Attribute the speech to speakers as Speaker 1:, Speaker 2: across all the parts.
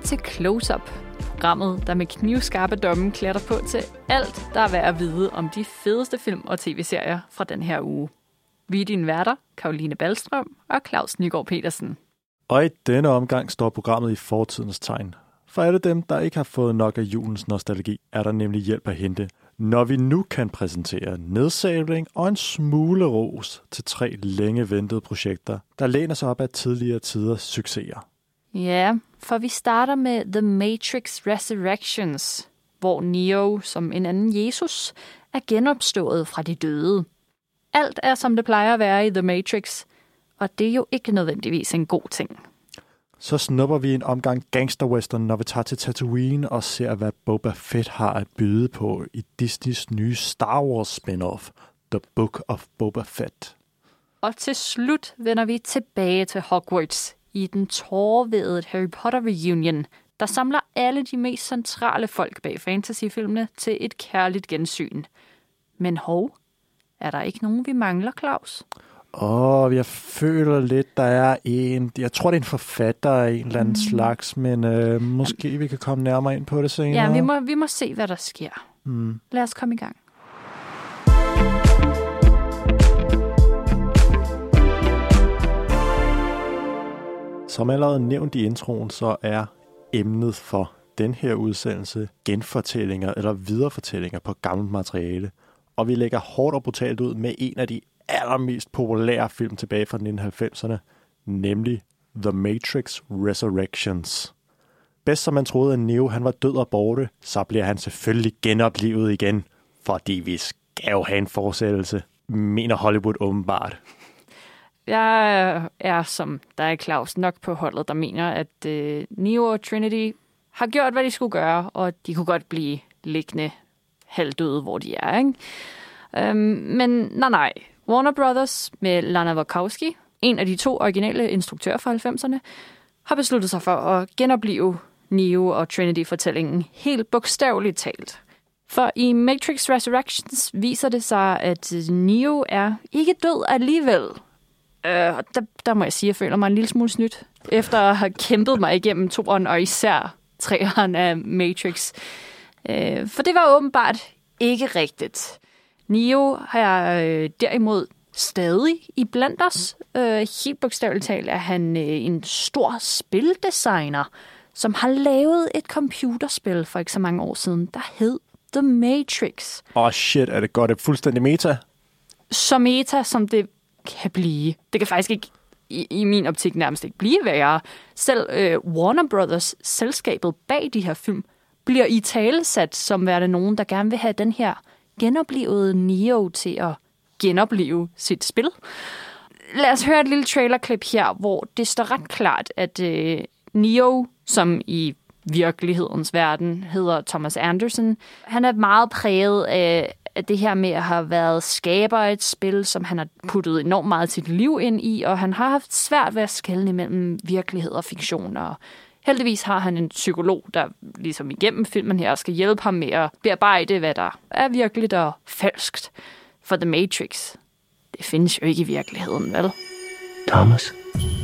Speaker 1: til Close Up, programmet, der med knivskarpe domme klæder på til alt, der er værd at vide om de fedeste film og tv-serier fra den her uge. Vi er dine værter, Caroline Ballstrøm og Claus Nygaard Petersen.
Speaker 2: Og i denne omgang står programmet i fortidens tegn. For alle dem, der ikke har fået nok af julens nostalgi, er der nemlig hjælp at hente, når vi nu kan præsentere nedsabling og en smule ros til 3 længe ventede projekter, der læner sig op af tidligere tiders succeser.
Speaker 1: Ja, for vi starter med The Matrix Resurrections, hvor Neo som en anden Jesus er genopstået fra de døde. Alt er, som det plejer at være i The Matrix, og det er jo ikke nødvendigvis en god ting.
Speaker 2: Så snupper vi en omgang gangsterwestern, når vi tager til Tatooine og ser, hvad Boba Fett har at byde på i Disneys nye Star Wars spin-off, The Book of Boba Fett.
Speaker 1: Og til slut vender vi tilbage til Hogwarts i den tårevædede Harry Potter reunion, der samler alle de mest centrale folk bag fantasyfilmene til et kærligt gensyn. Men hov, er der ikke nogen, vi mangler, Claus?
Speaker 2: Jeg føler lidt, der er en... Jeg tror, det er en forfatter af en eller anden slags, men måske vi kan komme nærmere ind på det senere.
Speaker 1: Ja, vi må se, hvad der sker. Lad os komme i gang.
Speaker 2: Som allerede nævnt i introen, så er emnet for den her udsendelse genfortællinger eller viderefortællinger på gammelt materiale. Og vi lægger hårdt og brutalt ud med en af de allermest populære film tilbage fra 1990'erne, nemlig The Matrix Resurrections. Bedst som man troede, at Neo han var død og borte, så bliver han selvfølgelig genoplivet igen, fordi vi skal jo have en fortsættelse, mener Hollywood åbenbart.
Speaker 1: Jeg er, som der er Claus, nok på holdet, der mener, at Neo og Trinity har gjort, hvad de skulle gøre, og de kunne godt blive liggende halvdøde, hvor de er, ikke? Men nej. Warner Brothers med Lana Wachowski, en af de 2 originale instruktører fra 90'erne, har besluttet sig for at genoplive Neo og Trinity-fortællingen helt bogstaveligt talt. For i Matrix Resurrections viser det sig, at Neo er ikke død alligevel. Der må jeg sige, at jeg føler mig en lille smule snydt, efter at have kæmpet mig igennem 2'eren og især 3'eren af Matrix. For det var åbenbart ikke rigtigt. Neo har derimod stadig i blandt os. Helt bogstaveligt talt er han en stor spildesigner, som har lavet et computerspil for ikke så mange år siden, der hed The Matrix.
Speaker 2: Shit, er det godt? Det er fuldstændig meta?
Speaker 1: Så meta, som det kan blive. Det kan faktisk ikke, i min optik, nærmest ikke blive værre. Selv Warner Brothers, selskabet bag de her film, bliver i talesat som værende nogen, der gerne vil have den her genoplevede Neo til at genopleve sit spil. Lad os høre et lille trailerklip her, hvor det står ret klart, at Neo, som i virkelighedens verden hedder Thomas Anderson, han er meget præget af det her med at have været skaber af et spil, som han har puttet enormt meget sit liv ind i, og han har haft svært ved at skelne mellem virkelighed og fiktion. Og heldigvis har han en psykolog, der ligesom igennem filmen her skal hjælpe ham med at bearbejde, hvad der er virkeligt og falskt. For The Matrix, det findes jo ikke i virkeligheden, vel?
Speaker 3: Thomas,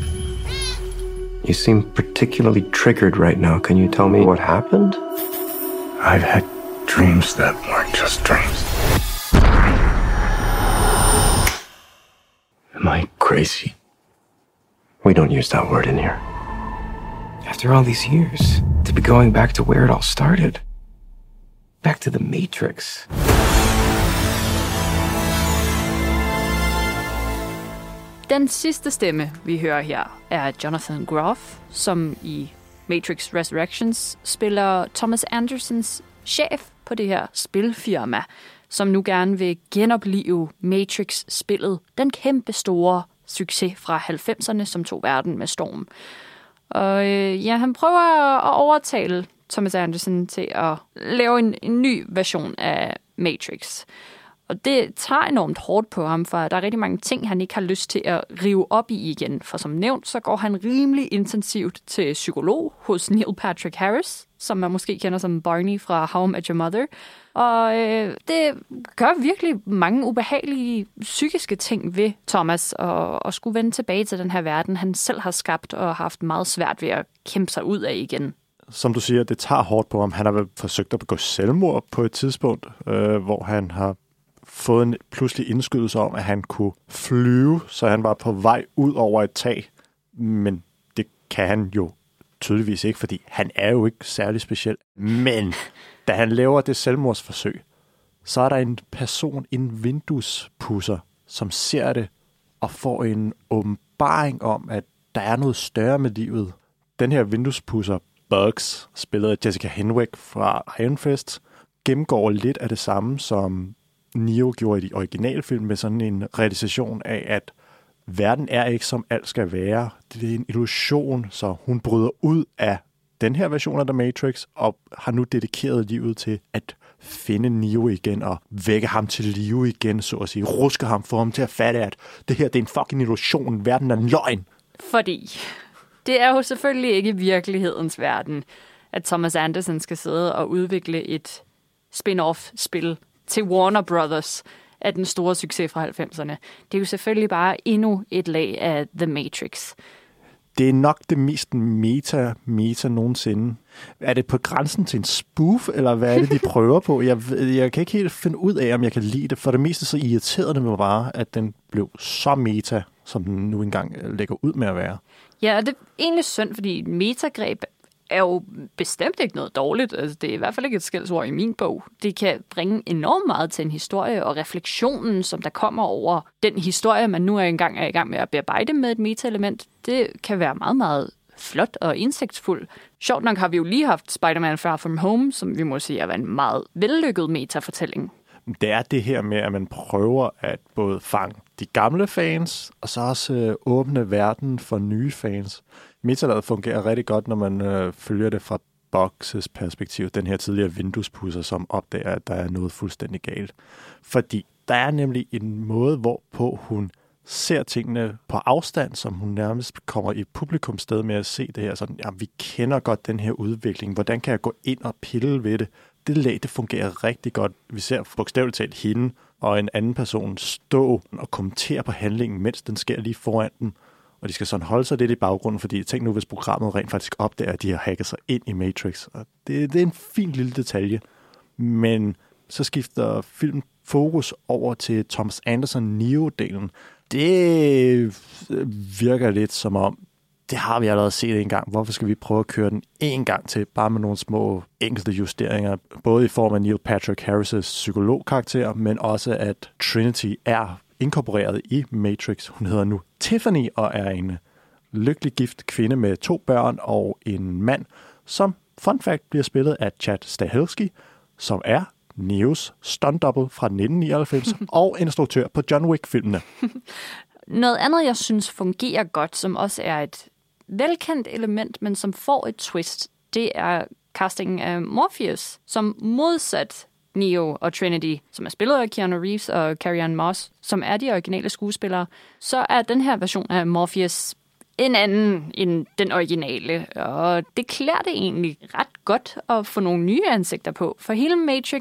Speaker 3: you seem particularly triggered right now. Can you tell me what happened?
Speaker 4: I've had dreams that weren't just dreams.
Speaker 3: Am I crazy? We don't use that word in here. After all these years, to be going back to where it all started. Back to the Matrix.
Speaker 1: Den sidste stemme, vi hører her, er Jonathan Groff, som i Matrix Resurrections spiller Thomas Andersons chef på det her spilfirma, som nu gerne vil genoplive Matrix-spillet, den kæmpe store succes fra 90'erne, som tog verden med storm. Og han prøver at overtale Thomas Anderson til at lave en ny version af Matrix. Og det tager enormt hårdt på ham, for der er rigtig mange ting, han ikke har lyst til at rive op i igen. For som nævnt, så går han rimelig intensivt til psykolog hos Neil Patrick Harris, som man måske kender som Barney fra How I Met Your Mother. Og det gør virkelig mange ubehagelige psykiske ting ved Thomas at skulle vende tilbage til den her verden, han selv har skabt og haft meget svært ved at kæmpe sig ud af igen.
Speaker 2: som du siger, det tager hårdt på ham. Han har vel forsøgt at begå selvmord på et tidspunkt, hvor han har fået en pludselig indskydelse om, at han kunne flyve, så han var på vej ud over et tag. Men det kan han jo tydeligvis ikke, fordi han er jo ikke særlig speciel. Men da han laver det selvmordsforsøg, så er der en person, en vinduespudser, som ser det og får en åbenbaring om, at der er noget større med livet. Den her vinduespudser, Bugs, spillet af Jessica Henwick fra Iron Fist, gennemgår lidt af det samme, som Neo gjorde i de originale film, med sådan en realisation af, at verden er ikke som alt skal være. Det er en illusion, så hun bryder ud af den her version af The Matrix, og har nu dedikeret livet til at finde Neo igen, og vække ham til live igen, så at sige. Ruske ham, få ham til at fatte, at det her, det er en fucking illusion. Verden er en løgn.
Speaker 1: Fordi det er jo selvfølgelig ikke virkelighedens verden, at Thomas Anderson skal sidde og udvikle et spin-off-spil til Warner Brothers af den store succes fra 90'erne. Det er jo selvfølgelig bare endnu et lag af The Matrix.
Speaker 2: Det er nok det mest meta nogensinde. Er det på grænsen til en spoof, eller hvad er det, de prøver på? Jeg kan ikke helt finde ud af, om jeg kan lide det. For det meste så irriterede det mig bare, at den blev så meta, som den nu engang lægger ud med at være.
Speaker 1: Ja, og det er egentlig synd, fordi metagreb er jo bestemt ikke noget dårligt. Altså, det er i hvert fald ikke et skældsord i min bog. Det kan bringe enormt meget til en historie, og refleksionen, som der kommer over den historie, man nu er i gang med at bearbejde med et meta-element, det kan være meget, meget flot og indsigtsfuld. Sjovt nok har vi jo lige haft Spider-Man Far From Home, som vi må sige er en meget vellykket meta-fortælling.
Speaker 2: Det er det her med, at man prøver at både fange de gamle fans, og så også åbne verden for nye fans. Metalaget fungerer rigtig godt, når man følger det fra Bugs' perspektiv. Den her tidligere vinduespudser, som opdager, at der er noget fuldstændig galt. Fordi der er nemlig en måde, hvorpå hun ser tingene på afstand, som hun nærmest kommer i publikumssted med at se det her. Sådan, ja, vi kender godt den her udvikling. Hvordan kan jeg gå ind og pille ved det? Det fungerer rigtig godt. Vi ser bogstaveligt talt hende og en anden person stå og kommentere på handlingen, mens den sker lige foran dem. Og de skal sådan holde sig lidt i baggrunden, fordi tænk nu, hvis programmet rent faktisk opdager, at de har hacket sig ind i Matrix. Og det er en fin lille detalje. Men så skifter filmen fokus over til Thomas Anderson Neo-delen. Det virker lidt som om, det har vi allerede set en gang. Hvorfor skal vi prøve at køre den en gang til, bare med nogle små enkelte justeringer, både i form af Neil Patrick Harris' psykologkarakter, men også at Trinity er inkorporeret i Matrix. Hun hedder nu Tiffany og er en lykkelig gift kvinde med 2 børn og en mand, som fun fact bliver spillet af Chad Stahelski, som er Neos stunt-double fra 1999 og instruktør på John Wick-filmene.
Speaker 1: Noget andet, jeg synes fungerer godt, som også er et velkendt element, men som får et twist, det er castingen af Morpheus, som modsat Neo og Trinity, som er spillet af Keanu Reeves og Carrie-Anne Moss, som er de originale skuespillere, så er den her version af Morpheus en anden end den originale, og det klæder det egentlig ret godt at få nogle nye ansigter på, for hele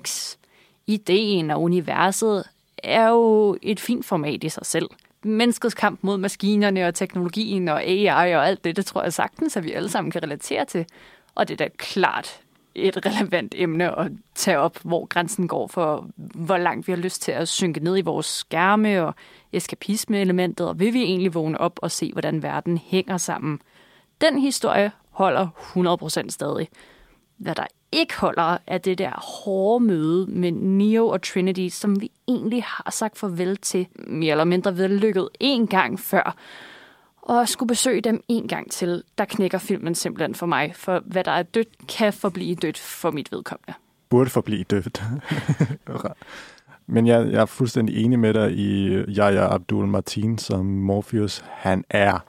Speaker 1: Matrix-ideen og universet er jo et fint format i sig selv. Menneskets kamp mod maskinerne og teknologien og AI og alt det tror jeg sagtens, at vi alle sammen kan relatere til, og det er da klart et relevant emne at tage op, hvor grænsen går for, hvor langt vi har lyst til at synke ned i vores skærme og eskapisme-elementet, og vil vi egentlig vågne op og se, hvordan verden hænger sammen. Den historie holder 100% stadig. Hvad der ikke holder, er det der hårde møde med Neo og Trinity, som vi egentlig har sagt farvel til, mere eller mindre vellykket en gang før, og skulle besøge dem en gang til, der knækker filmen simpelthen for mig, for hvad der er dødt, kan forblive dødt for mit vedkommende.
Speaker 2: Burde forblive dødt. Men jeg er fuldstændig enig med dig i Yahya Abdul-Mateen som Morpheus. Han er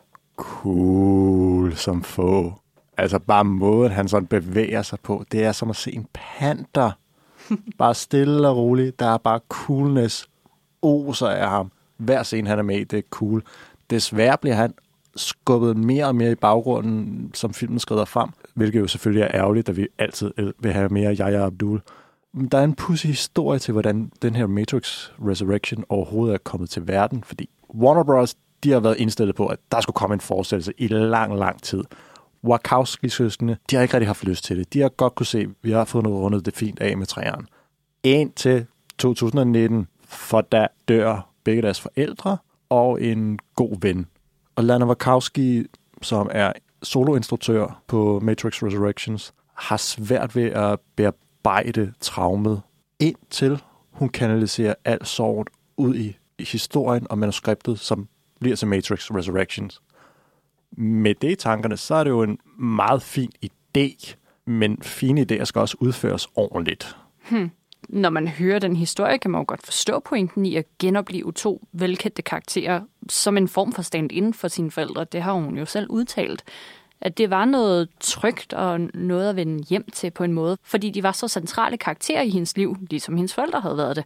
Speaker 2: cool som få. Altså bare måden, han sådan bevæger sig på, det er som at se en panter. Bare stille og roligt. Der er bare coolness. Oser af ham. Hver scene, han er med i, det er cool. Desværre bliver han skubbet mere og mere i baggrunden, som filmen skrider frem, hvilket jo selvfølgelig er ærgerligt, da vi altid vil have mere Yahya Abdul. Der er en pudsig historie til, hvordan den her Matrix Resurrection overhovedet er kommet til verden, fordi Warner Bros. De har været indstillet på, at der skulle komme en forestillelse i lang, lang tid. Wachowski-søskende, de har ikke rigtig haft lyst til det. De har godt kunne se, at vi har fået noget rundet det fint af med træerne. Indtil 2019, for da dør begge deres forældre og en god ven. Og Lana Wachowski, som er soloinstruktør på Matrix Resurrections, har svært ved at bearbejde traumet, indtil hun kanaliserer al sorg ud i historien og manuskriptet, som bliver til Matrix Resurrections. Med det i tankerne, så er det jo en meget fin idé, men fine idéer skal også udføres ordentligt.
Speaker 1: Når man hører den historie, kan man jo godt forstå pointen i at genopleve 2 velkendte karakterer som en form for stand-in for sine forældre. Det har hun jo selv udtalt. At det var noget trygt og noget at vende hjem til på en måde, fordi de var så centrale karakterer i hendes liv, ligesom hendes forældre havde været det.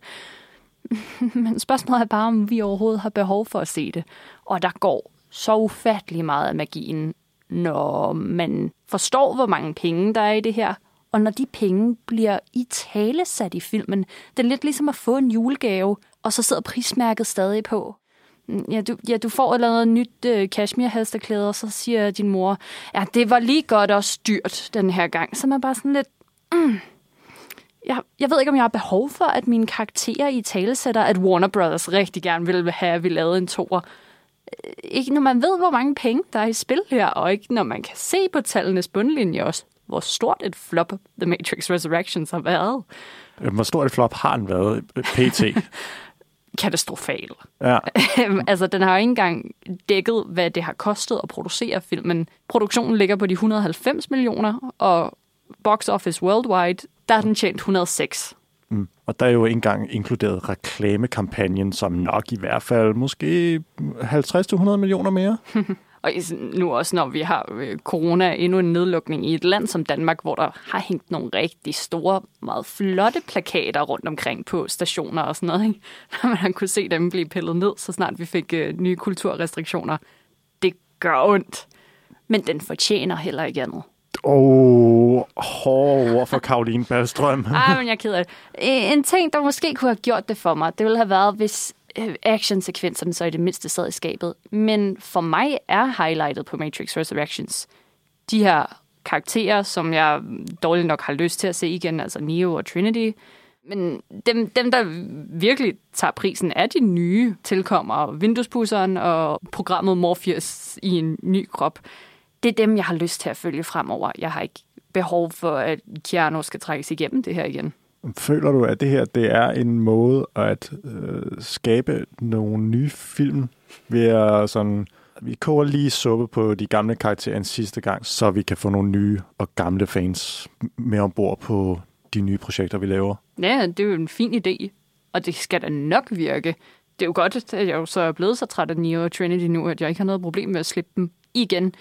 Speaker 1: Men spørgsmålet er bare, om vi overhovedet har behov for at se det. Og der går så ufattelig meget af magien, når man forstår, hvor mange penge der er i det her, og når de penge bliver italesat i filmen. Det er lidt ligesom at få en julegave, og så sidder prismærket stadig på. Du får et eller andet nyt cashmere-halsterklæde, og så siger din mor, ja, det var lige godt også dyrt den her gang. Så man bare sådan lidt, jeg ved ikke, om jeg har behov for, at mine karakterer italesætter, at Warner Brothers rigtig gerne ville have, at vi lavede en toer. Ikke når man ved, hvor mange penge der er i spil her, og ikke når man kan se på tallenes bundlinje også, hvor stort et flop The Matrix Resurrections har været.
Speaker 2: Hvor stort et flop har den været, PT?
Speaker 1: Katastrofal.
Speaker 2: Ja.
Speaker 1: Altså, den har jo ikke engang dækket, hvad det har kostet at producere filmen. Produktionen ligger på de 190 millioner, og box office worldwide, der har den tjent 106.
Speaker 2: Og der er jo ikke engang inkluderet reklamekampagnen, som nok i hvert fald måske 50-100 millioner mere.
Speaker 1: Og nu også, når vi har corona, endnu en nedlukning i et land som Danmark, hvor der har hængt nogle rigtig store, meget flotte plakater rundt omkring på stationer og sådan noget, ikke? Når man kunne se dem blive pillet ned, så snart vi fik nye kulturrestriktioner. Det gør ondt, men den fortjener heller ikke andet.
Speaker 2: Hårde ord for Caroline Ballstrøm.
Speaker 1: Men jeg er ked af det. En ting, der måske kunne have gjort det for mig, det ville have været, hvis actionsekvenserne så i det mindste sad i skabet. Men for mig er highlightet på Matrix Resurrections de her karakterer, som jeg dårligt nok har lyst til at se igen, altså Neo og Trinity. Men dem der virkelig tager prisen, er de nye tilkommere, Vinduespudseren og programmet Morpheus i en ny krop. Det er dem, jeg har lyst til at følge fremover. Jeg har ikke behov for, at Keanu skal trækkes igennem det her igen.
Speaker 2: Føler du, at det her det er en måde at skabe nogle nye film ved at sådan, vi koger lige suppe på de gamle karakterer en sidste gang, så vi kan få nogle nye og gamle fans med ombord på de nye projekter, vi laver?
Speaker 1: Ja, det er jo en fin idé, og det skal da nok virke. Det er jo godt, at jeg jo så er blevet så træt af Neo og Trinity nu, at jeg ikke har noget problem med at slippe dem igen.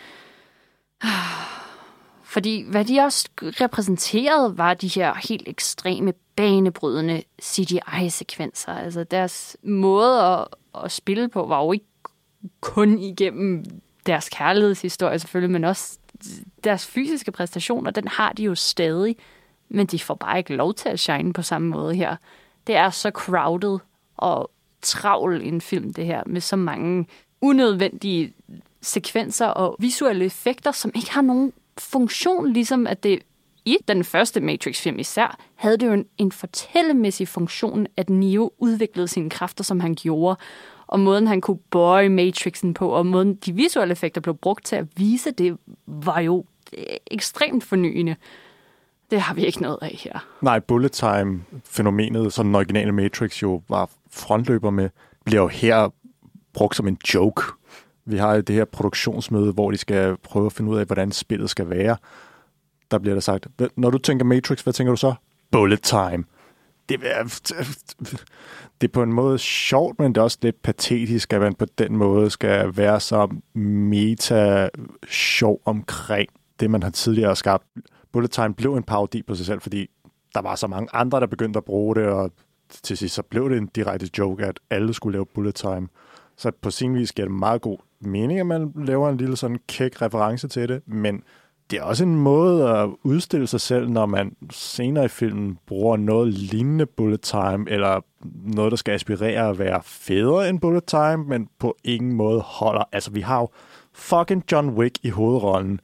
Speaker 1: Fordi hvad de også repræsenterede, var de her helt ekstreme, banebrydende CGI-sekvenser. Altså deres måde at spille på var jo ikke kun igennem deres kærlighedshistorie selvfølgelig, men også deres fysiske præstationer, den har de jo stadig, men de får bare ikke lov til at shine på samme måde her. Det er så crowded og travl en film, det her, med så mange unødvendige sekvenser og visuelle effekter, som ikke har nogen funktion, ligesom at det i den første Matrix-film især, havde det jo en fortællemæssig funktion, at Neo udviklede sine kræfter, som han gjorde, og måden han kunne bøje Matrixen på, og måden de visuelle effekter blev brugt til at vise det, var jo ekstremt fornyende. Det har vi ikke noget af her.
Speaker 2: Nej, bullet time-fænomenet, som den originale Matrix jo var frontløber med, bliver jo her brugt som en joke. Vi har det her produktionsmøde, hvor de skal prøve at finde ud af, hvordan spillet skal være. Der bliver der sagt, når du tænker Matrix, hvad tænker du så? Bullet time. Det er på en måde sjovt, men det er også lidt patetisk, at man på den måde skal være så meta-sjov omkring det, man har tidligere skabt. Bullet time blev en parodi på sig selv, fordi der var så mange andre, der begyndte at bruge det, og til sidst så blev det en direkte joke, at alle skulle lave bullet time. Så på sin vis giver det meget god mening, at man laver en lille sådan kæk reference til det, men det er også en måde at udstille sig selv, når man senere i filmen bruger noget lignende bullet time, eller noget, der skal aspirere at være federe end bullet time, men på ingen måde holder. Altså, vi har jo fucking John Wick i hovedrollen.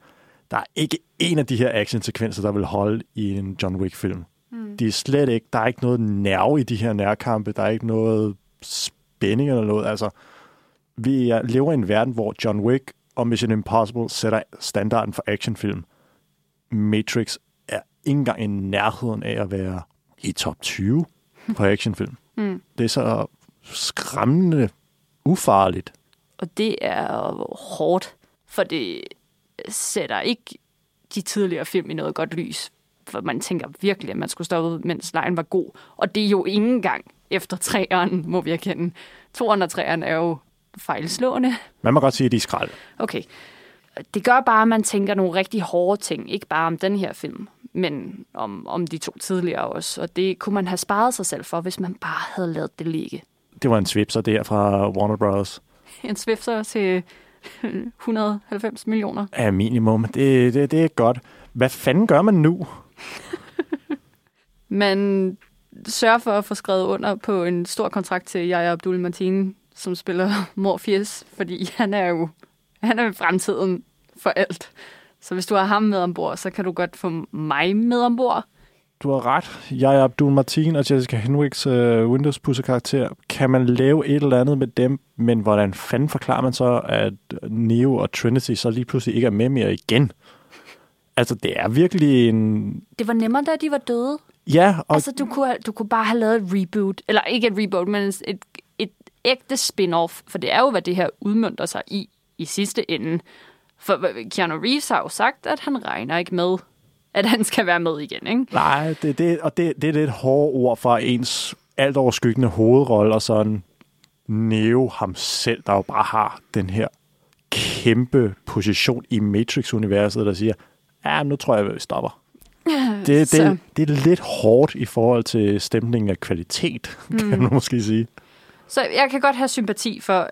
Speaker 2: Der er ikke en af de her actionsekvenser, der vil holde i en John Wick-film. De er slet ikke, der er ikke noget nerve i de her nærkampe, der er ikke noget spænding eller noget. Altså, vi lever i en verden, hvor John Wick og Mission Impossible sætter standarden for actionfilm. Matrix er ikke engang i nærheden af at være i top 20 på actionfilm. Det er så skræmmende ufarligt.
Speaker 1: Og det er hårdt, for det sætter ikke de tidligere film i noget godt lys. For man tænker virkelig, at man skulle stoppe, mens lejen var god. Og det er jo ikke engang efter 3'eren, må vi erkende. 2'eren og 3'eren er jo fejlslående.
Speaker 2: Man må godt sige, at de er skrald.
Speaker 1: Okay. Det gør bare, at man tænker nogle rigtig hårde ting. Ikke bare om den her film, men om de 2 tidligere også. Og det kunne man have sparet sig selv for, hvis man bare havde ladet det ligge.
Speaker 2: Det var en svipser der fra Warner Bros.
Speaker 1: En svipser til 190 millioner.
Speaker 2: Ja, minimum. Det er godt. Hvad fanden gør man nu?
Speaker 1: Man sørger for at få skrevet under på en stor kontrakt til Yahya Abdul-Mateen, som spiller Morpheus, fordi han er fremtiden for alt. Så hvis du har ham med ombord, så kan du godt få mig med ombord.
Speaker 2: Du har ret. Yahya Abdul-Mateen og Jessica Henwicks Windows-pusse-karakter. Kan man lave et eller andet med dem, men hvordan fanden forklarer man så, at Neo og Trinity så lige pludselig ikke er med mere igen? Altså, det er virkelig en...
Speaker 1: Det var nemmere, da de var døde.
Speaker 2: Ja, og...
Speaker 1: Altså, du kunne bare have lavet et reboot. Eller ikke et reboot, men et ægte spin-off. For det er jo, hvad det her udmønter sig i sidste ende. For Keanu Reeves har jo sagt, at han regner ikke med, at han skal være med igen, ikke?
Speaker 2: Nej, det er lidt hårde ord fra ens alt overskyggende hovedrolle, og sådan Neo ham selv, der jo bare har den her kæmpe position i Matrix-universet, der siger, ja, nu tror jeg, at vi stopper. Det er lidt hårdt i forhold til stemningen af kvalitet, kan man måske sige.
Speaker 1: Så jeg kan godt have sympati for,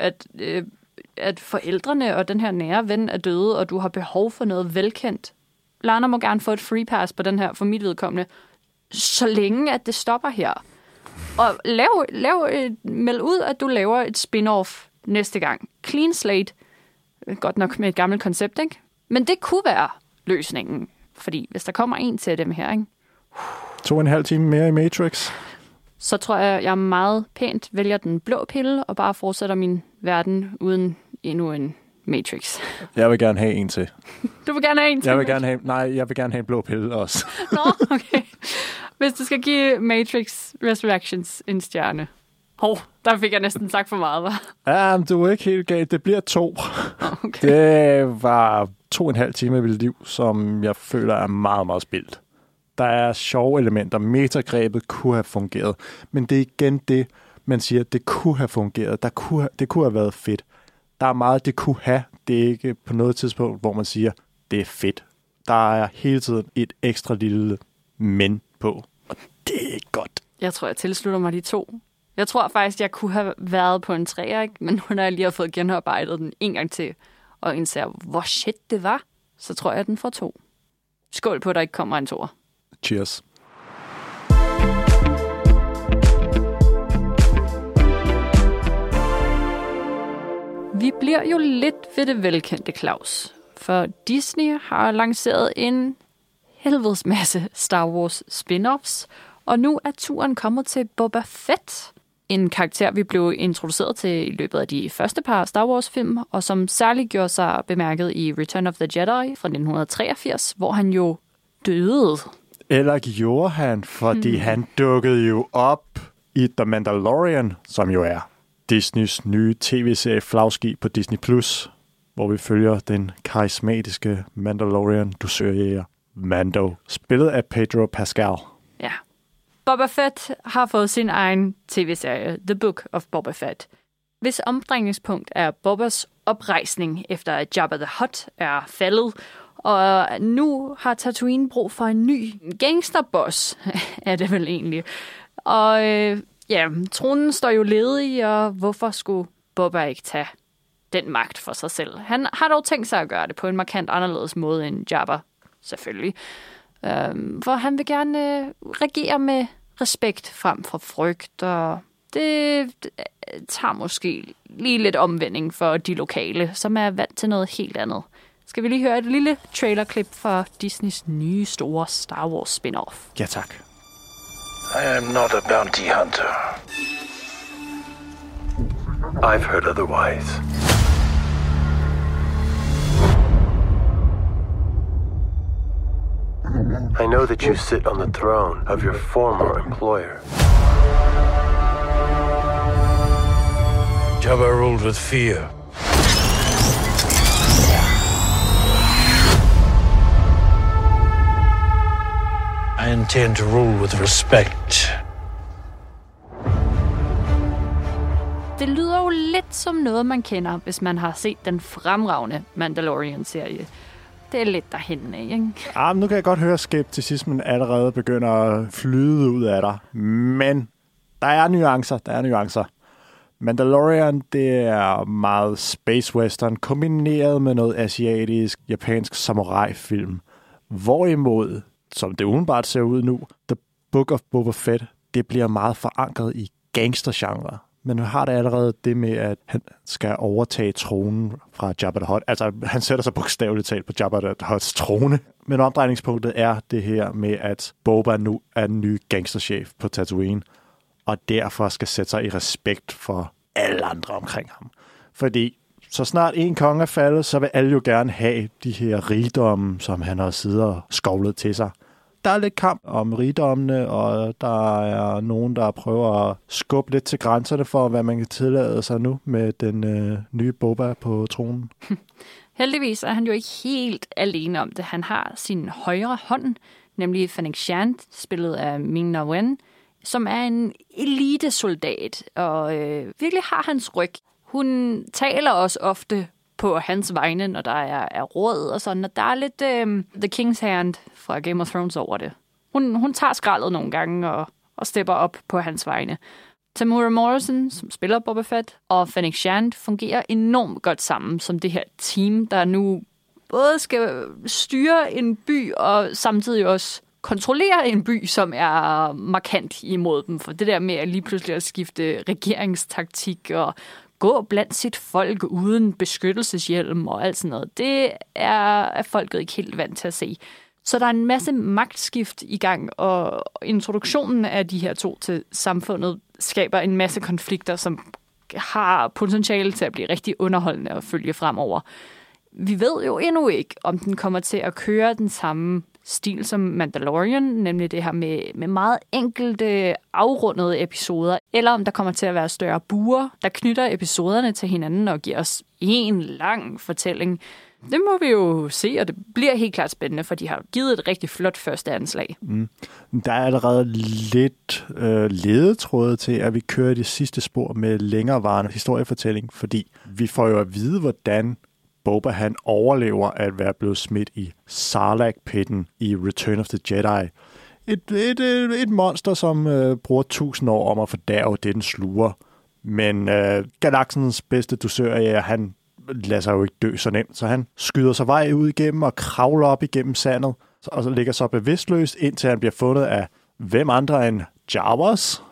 Speaker 1: at forældrene og den her nære ven er døde, og du har behov for noget velkendt. Lana må gerne få et free pass på den her for mit vedkommende, så længe at det stopper her. Og meld ud, at du laver et spin-off næste gang. Clean slate. Godt nok med et gammelt koncept, ikke? Men det kunne være løsningen. Fordi hvis der kommer en til dem her, ikke?
Speaker 2: 2,5 timer mere i Matrix.
Speaker 1: Så tror jeg meget pænt vælger den blå pille, og bare fortsætter min verden uden endnu en Matrix. Jeg
Speaker 2: vil gerne have en til.
Speaker 1: Du vil gerne have en til?
Speaker 2: Jeg vil gerne have en blå pille også.
Speaker 1: Nå, okay. Hvis du skal give Matrix Resurrections en stjerne. Der fik jeg næsten sagt for meget, hva'?
Speaker 2: Ja, men du er ikke helt galt. Det bliver 2.
Speaker 1: Okay.
Speaker 2: Det var 2,5 timer i mit liv, som jeg føler er meget, meget spildt. Der er sjove elementer. Metagrebet kunne have fungeret. Men det er igen det, man siger, det kunne have fungeret. Det kunne have været fedt. Der er meget, det kunne have. Det er ikke på noget tidspunkt, hvor man siger, det er fedt. Der er hele tiden et ekstra lille men på. Og det er ikke godt.
Speaker 1: Jeg tror, jeg tilslutter mig de 2. Jeg tror faktisk, jeg kunne have været på en 3'er, men nu når jeg lige har fået genoparbejdet den en gang til, og indser, hvor shit det var, så tror jeg, at den får 2. Skål på, at der ikke kommer en 2'er.
Speaker 2: Cheers.
Speaker 1: Vi bliver jo lidt ved det velkendte, Claus. For Disney har lanceret en helvedes masse Star Wars spin-offs, og nu er turen kommet til Boba Fett. En karakter, vi blev introduceret til i løbet af de første par Star Wars-film, og som særligt gjorde sig bemærket i Return of the Jedi fra 1983, hvor han jo døde.
Speaker 2: Eller gjorde han, fordi han dukkede jo op i The Mandalorian, som jo er Disneys nye tv-serie flagskib på Disney+, hvor vi følger den karismatiske Mandalorian-dusørjæger Mando, spillet af Pedro Pascal.
Speaker 1: Ja. Boba Fett har fået sin egen tv-serie, The Book of Boba Fett, hvis omdrejningspunkt er Bobbas oprejsning efter at Jabba the Hutt er faldet, og nu har Tatooine brug for en ny gangsterboss, er det vel egentlig. Og tronen står jo ledig, og hvorfor skulle Boba ikke tage den magt for sig selv? Han har dog tænkt sig at gøre det på en markant anderledes måde end Jabba, selvfølgelig. For han vil gerne regere med respekt frem for frygt, og det tager måske lige lidt omvending for de lokale, som er vant til noget helt andet. skal vi lige høre et lille trailerklip fra Disneys nye store Star Wars spin-off.
Speaker 2: Ja, tak.
Speaker 4: I am not a bounty hunter. I've heard otherwise. I know that you sit on the throne of your former employer. Jabba ruled with fear. I intend to rule with respect.
Speaker 1: Det lyder jo lidt som noget, man kender, hvis man har set den fremragende Mandalorian-serie. Det er lidt derhenne, ikke?
Speaker 2: Ja, nu kan jeg godt høre, at skepticismen allerede begynder at flyde ud af dig. Men der er nuancer. Mandalorian, det er meget space western, kombineret med noget asiatisk, japansk samurai-film. Hvorimod, som det udenbart ser ud nu, The Book of Boba Fett, det bliver meget forankret i gangstergenre. Men nu har det allerede det med, at han skal overtage tronen fra Jabba the Hutt. Altså, han sætter sig bogstaveligt talt på Jabba the Hutts trone. Men omdrejningspunktet er det her med, at Boba nu er den nye gangsterchef på Tatooine, og derfor skal sætte sig i respekt for alle andre omkring ham. Fordi så snart en konge er faldet, så vil alle jo gerne have de her rigdomme, som han har siddet og skovlet til sig. Der er lidt kamp om rigdommene, og der er nogen, der prøver at skubbe lidt til grænserne for, hvad man kan tillade sig nu med den nye Boba på tronen.
Speaker 1: Heldigvis er han jo ikke helt alene om det. Han har sin højre hånd, nemlig Fennec Shand, spillet af Ming-Na Wen, som er en elitesoldat, og virkelig har hans ryg. Hun taler også ofte på hans vegne, når der er råd og sådan, og der er lidt The King's Hand fra Game of Thrones over det. Hun tager skraldet nogle gange og stepper op på hans vegne. Temuera Morrison, som spiller Boba Fett, og Fennec Shand fungerer enormt godt sammen som det her team, der nu både skal styre en by og samtidig også kontrollere en by, som er markant imod dem. For det der med at lige pludselig at skifte regeringstaktik og gå blandt sit folk uden beskyttelseshjelm og alt sådan noget, det er folket ikke helt vant til at se. Så der er en masse magtskift i gang, og introduktionen af de her to til samfundet skaber en masse konflikter, som har potentiale til at blive rigtig underholdende og følge fremover. Vi ved jo endnu ikke, om den kommer til at køre den samme stil som Mandalorian, nemlig det her med meget enkelte, afrundede episoder, eller om der kommer til at være større buer, der knytter episoderne til hinanden og giver os en lang fortælling. Det må vi jo se, og det bliver helt klart spændende, for de har givet et rigtig flot første anslag.
Speaker 2: Der er allerede lidt ledetråde til, at vi kører det sidste spor med længerevarende historiefortælling, fordi vi får jo at vide, hvordan Boba han overlever at være blevet smidt i Sarlacc-pitten i Return of the Jedi. Et monster, som bruger 1000 år om at fordærve det, den sluger. Men galaksens bedste dusørjæger, han lader sig jo ikke dø så nemt, så han skyder sig vej ud igennem og kravler op igennem sandet, og så ligger så bevidstløst, indtil han bliver fundet af hvem andre end Jawas,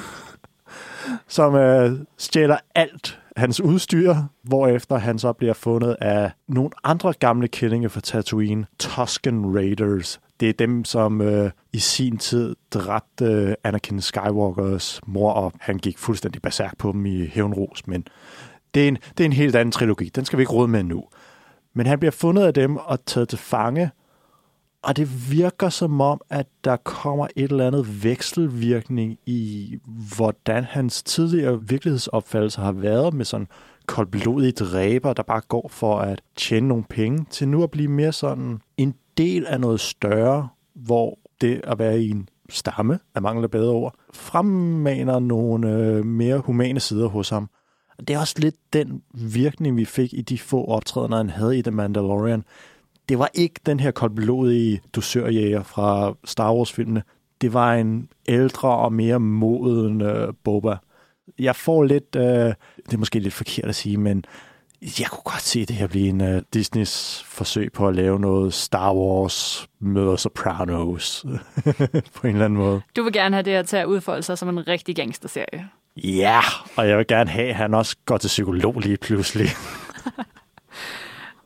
Speaker 2: som stjæler alt hans udstyr, hvorefter han så bliver fundet af nogle andre gamle kællinger fra Tatooine, Tusken Raiders. Det er dem, som i sin tid dræbte Anakin Skywalkers mor, og han gik fuldstændig berserk på dem i hævnros, men det er en helt anden trilogi. Den skal vi ikke råde med nu. Men han bliver fundet af dem og taget til fange, og det virker som om, at der kommer et eller andet vekselvirkning i, hvordan hans tidligere virkelighedsopfattelse har været med sådan koldblodige dræber, der bare går for at tjene nogle penge, til nu at blive mere sådan en del af noget større, hvor det at være i en stamme, af mangel af bedre ord, fremmaner nogle mere humane sider hos ham. Det er også lidt den virkning, vi fik i de få optrædener, han havde i The Mandalorian. Det var ikke den her koldblodige dusørjæger fra Star Wars-filmene. Det var en ældre og mere moden Boba. Jeg får lidt, det er måske lidt forkert at sige, men jeg kunne godt se det her blive en Disneys forsøg på at lave noget Star Wars møder Sopranos på en eller anden måde.
Speaker 1: Du vil gerne have det her til at udfolde sig som en rigtig gangsterserie.
Speaker 2: Ja, og jeg vil gerne have, at han også går til psykolog lige pludselig.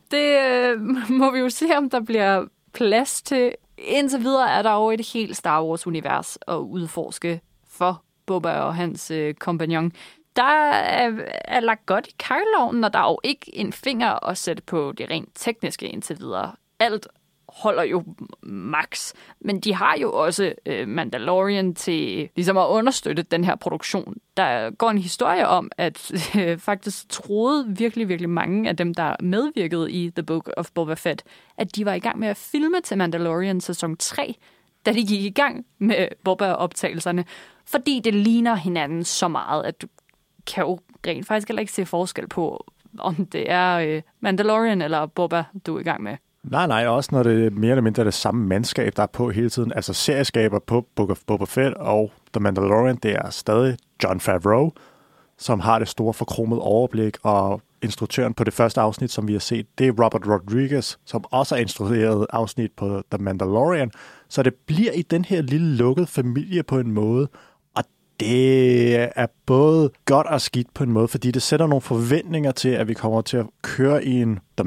Speaker 1: det må vi jo se, om der bliver plads til. Indtil videre er der jo et helt Star Wars-univers at udforske for Boba og hans kompagnon. Der er lagt godt i kakkelovnen, og der er jo ikke en finger at sætte på det rent tekniske indtil videre. Alt holder jo max, men de har jo også Mandalorian til ligesom at understøtte den her produktion. Der går en historie om, at faktisk troede virkelig, virkelig mange af dem, der medvirkede i The Book of Boba Fett, at de var i gang med at filme til Mandalorian sæson 3, da de gik i gang med Boba-optagelserne, fordi det ligner hinanden så meget, at du kan jo rent faktisk heller ikke se forskel på, om det er Mandalorian eller Boba, du er i gang med.
Speaker 2: Nej, også når det er mere eller mindre det samme mandskab, der er på hele tiden. Altså serieskaber på Book of Boba Fett og The Mandalorian, det er stadig Jon Favreau, som har det store forkromede overblik, og instruktøren på det første afsnit, som vi har set, det er Robert Rodriguez, som også har instrueret afsnit på The Mandalorian. Så det bliver i den her lille lukkede familie på en måde, og det er både godt og skidt på en måde, fordi det sætter nogle forventninger til, at vi kommer til at køre i en The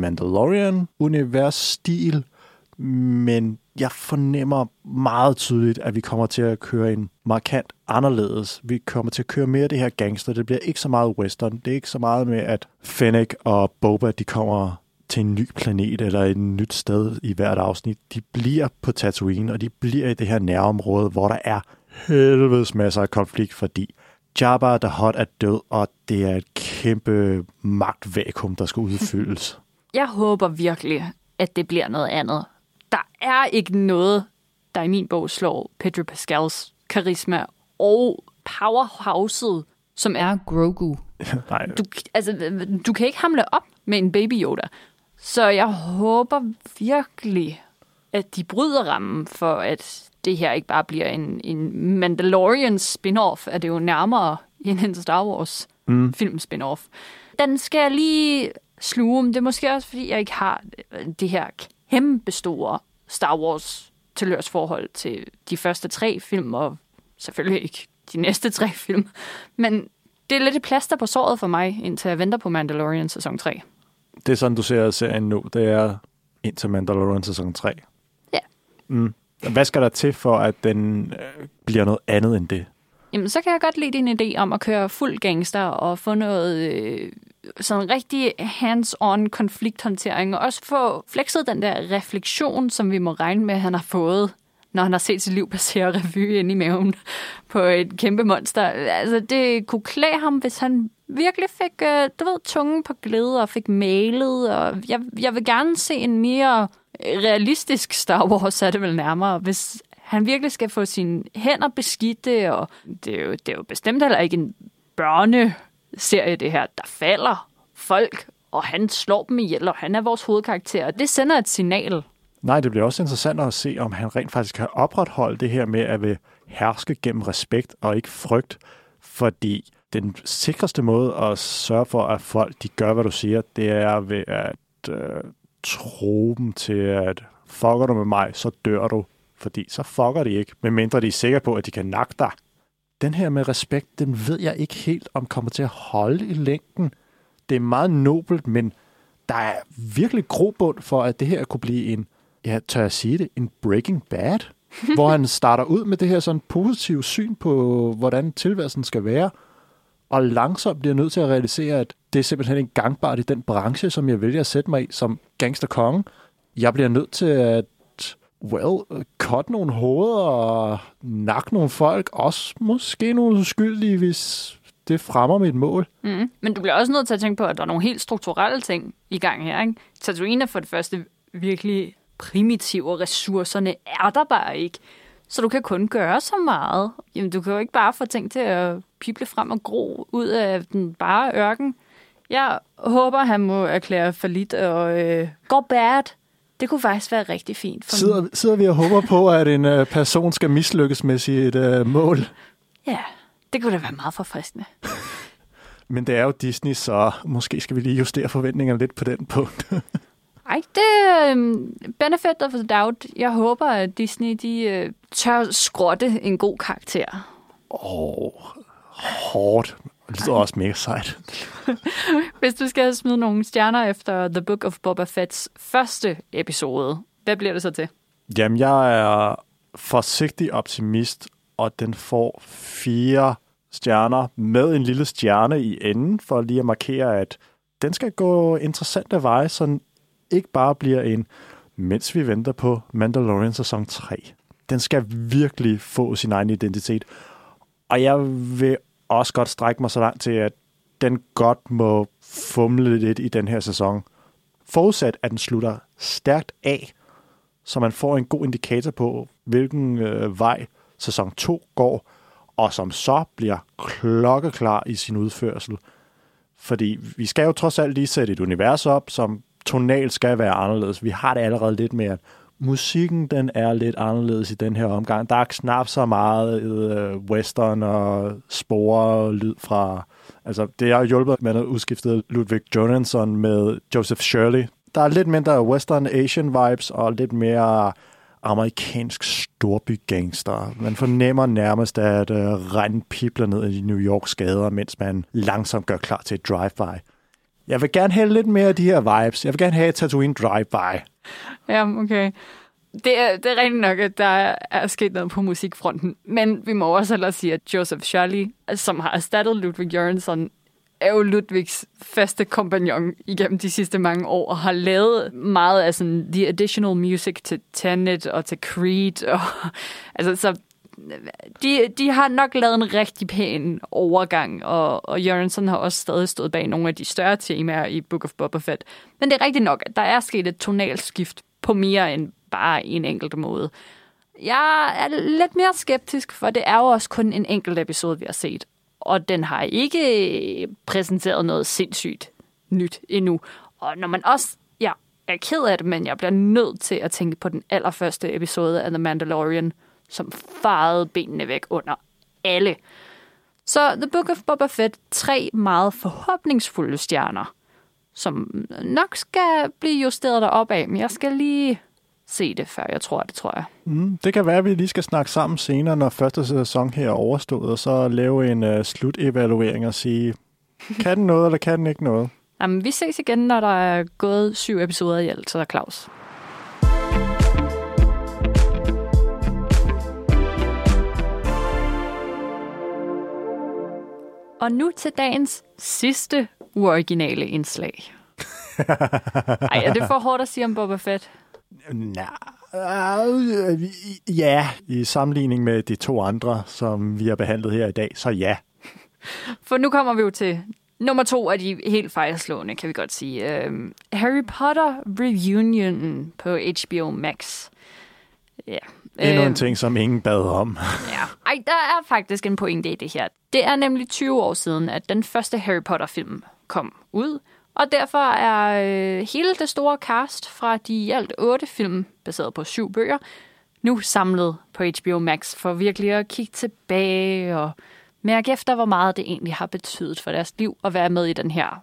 Speaker 2: Mandalorian-univers-stil, men jeg fornemmer meget tydeligt, at vi kommer til at køre en markant anderledes. Vi kommer til at køre mere det her gangster. Det bliver ikke så meget western. Det er ikke så meget med, at Fennec og Boba, de kommer til en ny planet eller et nyt sted i hvert afsnit. De bliver på Tatooine, og de bliver i det her nærområde, hvor der er helvedes masser af konflikt, fordi Jabba the Hutt er død, og det er et kæmpe magtvakuum, der skal udfyldes.
Speaker 1: Jeg håber virkelig, at det bliver noget andet. Der er ikke noget, der i min bog slår Pedro Pascals karisma og powerhouset, som er Grogu.
Speaker 2: Nej.
Speaker 1: Du kan ikke hamle op med en Baby Yoda. Så jeg håber virkelig, at de bryder rammen for, at det her ikke bare bliver en Mandalorian spin-off, at det er jo nærmere end en Star Wars film spin-off. Den skal jeg lige sluge. Det er måske også, fordi jeg ikke har det her kæmpe store Star Wars tilhørsforhold til de første 3 film, og selvfølgelig ikke de næste 3 film. Men det er lidt et plaster på såret for mig, indtil jeg venter på Mandalorian sæson 3.
Speaker 2: Det er sådan, du ser serien nu. Det er indtil Mandalorian sæson 3.
Speaker 1: Ja.
Speaker 2: Hvad skal der til for, at den bliver noget andet end det?
Speaker 1: Jamen, så kan jeg godt lide din idé om at køre fuld gangster og få noget sådan rigtig hands-on konflikthåndtering, og også få flexet den der refleksion, som vi må regne med, at han har fået, når han har set sit liv passere revy inde i maven på et kæmpe monster. Altså, det kunne klæde ham, hvis han virkelig fik, tungen på glæde og fik malet, og jeg vil gerne se en mere realistisk Star Wars, er det vel nærmere, hvis han virkelig skal få sine hænder beskidte, og det er jo bestemt heller ikke en børneserie, det her. Der falder folk, og han slår dem ihjel, og han er vores hovedkarakter, og det sender et signal. Nej, det bliver også interessant at se, om han rent faktisk kan opretholde det her med at vil herske gennem respekt og ikke frygt, fordi den sikreste måde at sørge for, at folk de gør, hvad du siger, det er ved at tro dem til, at fucker du med mig, så dør du. Fordi så fucker de ikke, medmindre de er sikre på, at de kan nakke dig. Den her med respekt, den ved jeg ikke helt, om kommer til at holde i længden. Det er meget nobelt, men der er virkelig grobund for, at det her kunne blive en, ja, tør jeg sige det, en Breaking Bad, hvor han starter ud med det her sådan positive syn på, hvordan tilværelsen skal være, og langsomt bliver nødt til at realisere, at det er simpelthen ikke gangbart i den branche, som jeg vælger at sætte mig i som gangsterkonge. Jeg bliver nødt til at cut nogle hoveder og nakke nogle folk, også måske nogle skyldige, hvis det fremmer mit mål. Men du bliver også nødt til at tænke på, at der er nogle helt strukturelle ting i gang her, ikke? Tatooine er for det første virkelig primitiv, og ressourcerne er der bare ikke. Så du kan kun gøre så meget. Jamen, du kan jo ikke bare få ting til at pible frem og gro ud af den bare ørken. Jeg håber, han må erklære fallit og go bad. Det kunne faktisk være rigtig fint. Sidder vi og håber på, at en person skal mislykkes med sit mål? Ja, det kunne da være meget forfriskende. Men det er jo Disney, så måske skal vi lige justere forventningerne lidt på den punkt. Ej, det er benefit of the doubt. Jeg håber, at Disney tør skrotte en god karakter. Hårdt.
Speaker 2: Det lyder også mega sejt.
Speaker 1: Hvis du skal smide nogle stjerner efter The Book of Boba Fett's første episode, hvad bliver det så til?
Speaker 2: Jamen, jeg er forsigtig optimist, og den får 4 stjerner med en lille stjerne i enden, for lige at markere, at den skal gå interessante veje, så den ikke bare bliver en, mens vi venter på Mandalorian sæson 3. Den skal virkelig få sin egen identitet. Og jeg vil også godt strække mig så langt til, at den godt må fumle lidt i den her sæson. Forudsat, at den slutter stærkt af, så man får en god indikator på, hvilken vej sæson 2 går, og som så bliver klokkeklar i sin udførsel. Fordi vi skal jo trods alt lige sætte et univers op, som tonalt skal være anderledes. Vi har det allerede lidt med, at musikken den er lidt anderledes i den her omgang. Der er knap så meget western og spore lyd fra... Altså, det har hjulpet med at udskifte Ludwig Göransson med Joseph Shirley. Der er lidt mindre western Asian vibes og lidt mere amerikansk storbygangster. Man fornemmer nærmest, at regnen pibler ned i New Yorks gader, mens man langsomt gør klar til et drive-by. Jeg vil gerne have lidt mere af de her vibes. Jeg vil gerne have et Tatooine drive-by.
Speaker 1: Ja, okay. Det er rigtigt nok, at der er sket noget på musikfronten. Men vi må også ellers sige, at Joseph Shirley, som har erstattet Ludwig Göransson, er jo Ludwigs faste kompagnon igennem de sidste mange år, og har lavet meget af sådan the additional music til Tenet og til Creed. Og, altså, så de har nok lavet en rigtig pæn overgang, og Göransson har også stadig stået bag nogle af de større temaer i Book of Boba Fett. Men det er rigtigt nok, at der er sket et tonalskift på mere end bare en enkelt måde. Jeg er lidt mere skeptisk, for det er jo også kun en enkelt episode, vi har set. Og den har ikke præsenteret noget sindssygt nyt endnu. Og når man også er ked af det, men jeg bliver nødt til at tænke på den allerførste episode af The Mandalorian, som farede benene væk under alle. Så The Book of Boba Fett, 3 meget forhåbningsfulde stjerner, som nok skal blive justeret derop af, men jeg skal lige se det, før jeg tror jeg.
Speaker 2: Det kan være, at vi lige skal snakke sammen senere, når første sæson her er overstået, og så lave en slutevaluering og sige, kan den noget, eller kan den ikke noget?
Speaker 1: Jamen, vi ses igen, når der er gået 7 episoder i alt, så Claus. Og nu til dagens sidste uoriginale indslag. Ej, er det for hårdt at sige om Boba Fett?
Speaker 2: Ja, i sammenligning med de 2 andre, som vi har behandlet her i dag, så ja.
Speaker 1: For nu kommer vi jo til nummer 2 af de helt fejlslående, kan vi godt sige. Harry Potter Reunion på HBO Max. Ja.
Speaker 2: Endnu en ting, som ingen bad om.
Speaker 1: Ja. Ej, der er faktisk en pointe i det her. Det er nemlig 20 år siden, at den første Harry Potter-film kom ud, og derfor er hele det store cast fra de i alt 8 film, baseret på 7 bøger, nu samlet på HBO Max for virkelig at kigge tilbage og mærke efter, hvor meget det egentlig har betydet for deres liv at være med i den her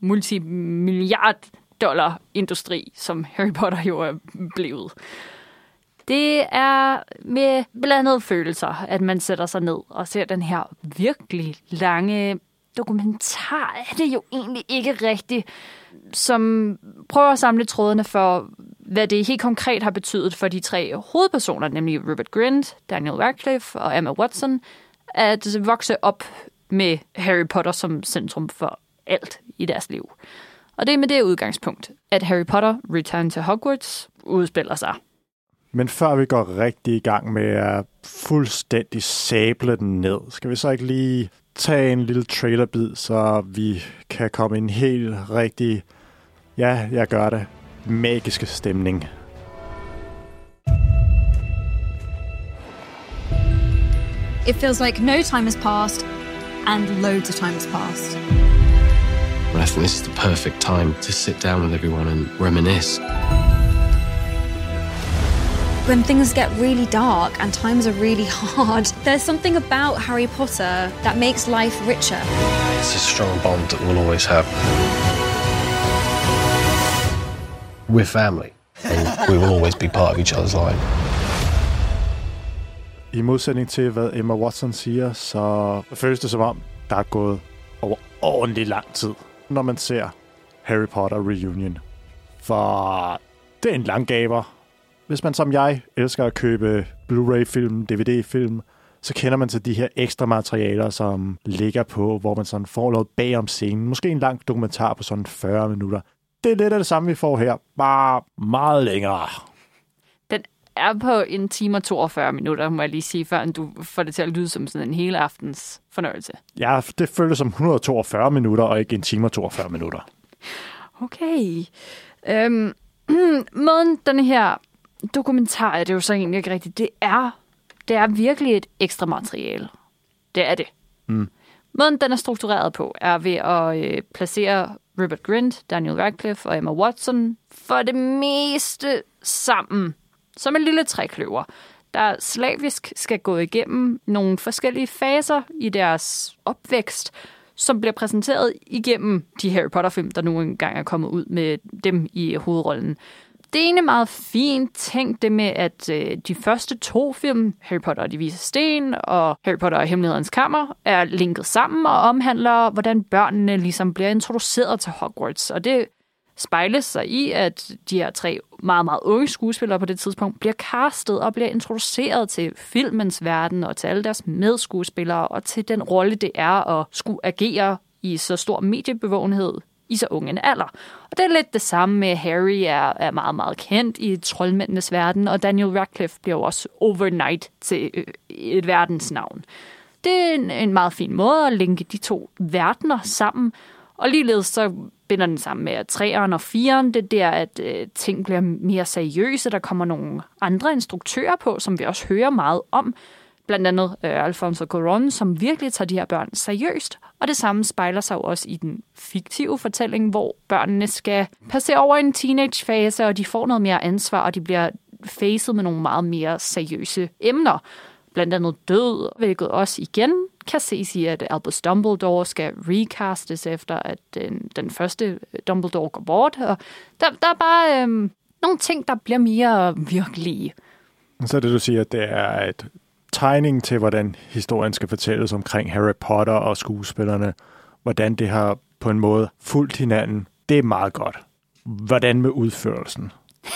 Speaker 1: multimilliard-dollar-industri, som Harry Potter jo er blevet. Det er med blandede følelser, at man sætter sig ned og ser den her virkelig lange dokumentar. Er det jo egentlig ikke rigtigt, som prøver at samle trådene for, hvad det helt konkret har betydet for de 3 hovedpersoner, nemlig Rupert Grint, Daniel Radcliffe og Emma Watson, at vokse op med Harry Potter som centrum for alt i deres liv. Og det er med det udgangspunkt, at Harry Potter Return to Hogwarts udspiller sig.
Speaker 2: Men før vi går rigtig i gang med at fuldstændig sable den ned, skal vi så ikke lige tage en lille trailerbid, så vi kan komme i en helt rigtig, ja, jeg gør det, magiske stemning.
Speaker 5: It feels like no time has passed, and loads of time has passed.
Speaker 3: But I think this is the perfect time to sit down with everyone and reminisce.
Speaker 5: When things get really dark and times are really hard, there's something about Harry Potter that makes life richer.
Speaker 3: It's a strong bond that we'll always have. We're family, and we will always be part of each other's life.
Speaker 2: I modsætning til, hvad Emma Watson siger, så føles det som om, der er gået ordentligt lang tid, når man ser Harry Potter Reunion. For det er en lang gaver. Hvis man som jeg elsker at købe Blu-ray-film, DVD-film, så kender man til de her ekstra materialer, som ligger på, hvor man sådan får noget bag om scenen. Måske en lang dokumentar på sådan 40 minutter. Det er lidt af det samme, vi får her. Bare meget længere.
Speaker 1: Den er på 1 time og 42 minutter, må jeg lige sige, før du får det til at lyde som sådan en hele aftens fornøjelse.
Speaker 2: Ja, det føles som 142 minutter, og ikke 1 time og 42 minutter.
Speaker 1: Okay. Måden den her dokumentar, det er jo så egentlig ikke rigtigt. Det er virkelig et ekstra materiale. Det er det. Måden den er struktureret på, er ved at placere Rupert Grint, Daniel Radcliffe og Emma Watson for det meste sammen. Som en lille trækløver, der slavisk skal gå igennem nogle forskellige faser i deres opvækst, som bliver præsenteret igennem de Harry Potter-film, der nu engang er kommet ud med dem i hovedrollen. Det er egentlig meget fint tænkt det med, at de første 2 film, Harry Potter og De Vise Sten og Harry Potter og Hemmelighedernes Kammer, er linket sammen og omhandler, hvordan børnene ligesom bliver introduceret til Hogwarts. Og det spejles sig i, at de her 3 meget, meget unge skuespillere på det tidspunkt bliver castet og bliver introduceret til filmens verden og til alle deres medskuespillere og til den rolle, det er at skulle agere i så stor mediebevågenhed i så ung en alder. Og det er lidt det samme med Harry er meget, meget kendt i troldmændenes verden, og Daniel Radcliffe bliver også overnight til et verdensnavn. Det er en meget fin måde at linke de 2 verdener sammen, og ligeledes så binder den sammen med 3'eren og 4'eren. Det er der, at ting bliver mere seriøse. Der kommer nogle andre instruktører på, som vi også hører meget om. Blandt andet Alfonso Cuarón, som virkelig tager de her børn seriøst. Og det samme spejler sig jo også i den fiktive fortælling, hvor børnene skal passere over en teenagefase, og de får noget mere ansvar, og de bliver facet med nogle meget mere seriøse emner. Blandt andet død, hvilket også igen kan ses i, at Albus Dumbledore skal recastes efter, at den første Dumbledore går bort. Og der er bare nogle ting, der bliver mere virkelige.
Speaker 2: Så det, du siger, det er et tegning til, hvordan historien skal fortælles omkring Harry Potter og skuespillerne. Hvordan det har på en måde fulgt hinanden. Det er meget godt. Hvordan med udførelsen?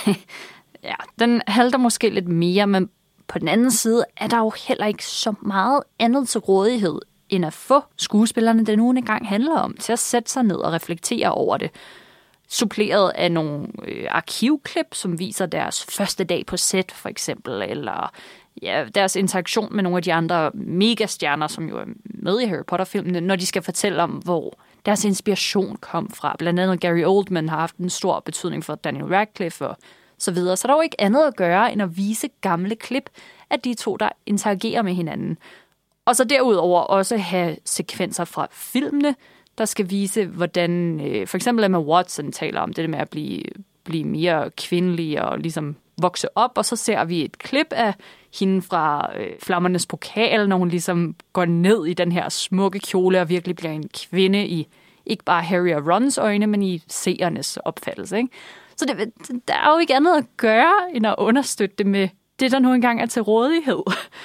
Speaker 1: Ja, den halter måske lidt mere, men på den anden side er der jo heller ikke så meget andet til rådighed, end at få skuespillerne, det nu engang handler om, til at sætte sig ned og reflektere over det. Suppleret af nogle arkivklip, som viser deres første dag på set, for eksempel, eller deres interaktion med nogle af de andre megastjerner, som jo er med i Harry Potter-filmene, når de skal fortælle om, hvor deres inspiration kom fra. Blandt andet Gary Oldman har haft en stor betydning for Daniel Radcliffe og så videre. Så der er jo ikke andet at gøre, end at vise gamle klip af de 2, der interagerer med hinanden. Og så derudover også have sekvenser fra filmene, der skal vise, hvordan for eksempel Emma Watson taler om det med at blive mere kvindelig og ligesom vokse op. Og så ser vi et klip af hende fra Flammernes Pokal, når hun ligesom går ned i den her smukke kjole og virkelig bliver en kvinde i ikke bare Harry og Rons øjne, men i seernes opfattelse, ikke? Så der er jo ikke andet at gøre, end at understøtte det med det, der nu engang er til rådighed.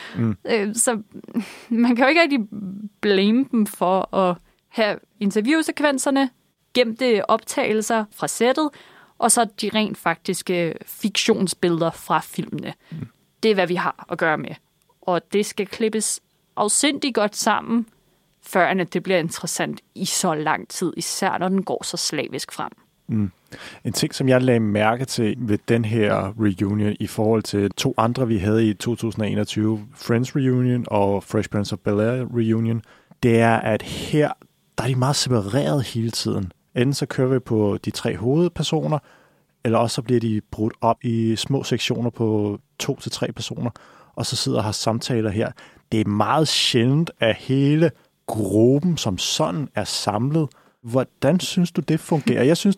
Speaker 1: Så man kan jo ikke rigtig blame dem for at have interviewsekvenserne, gemte optagelser fra sættet, og så de rent faktiske fiktionsbilleder fra filmene. Det er, hvad vi har at gøre med. Og det skal klippes afsindigt godt sammen, før det bliver interessant i så lang tid, især når den går så slavisk frem.
Speaker 2: En ting, som jeg lagde mærke til ved den her reunion i forhold til 2 andre, vi havde i 2021, Friends Reunion og Fresh Prince of Bel-Air Reunion, det er, at her der er de meget separeret hele tiden. Enten så kører vi på de 3 hovedpersoner, eller også så bliver de brudt op i små sektioner på 2 til 3 personer, og så sidder og har samtaler her. Det er meget sjældent, at hele gruppen som sådan er samlet. Hvordan synes du, det fungerer? Jeg synes,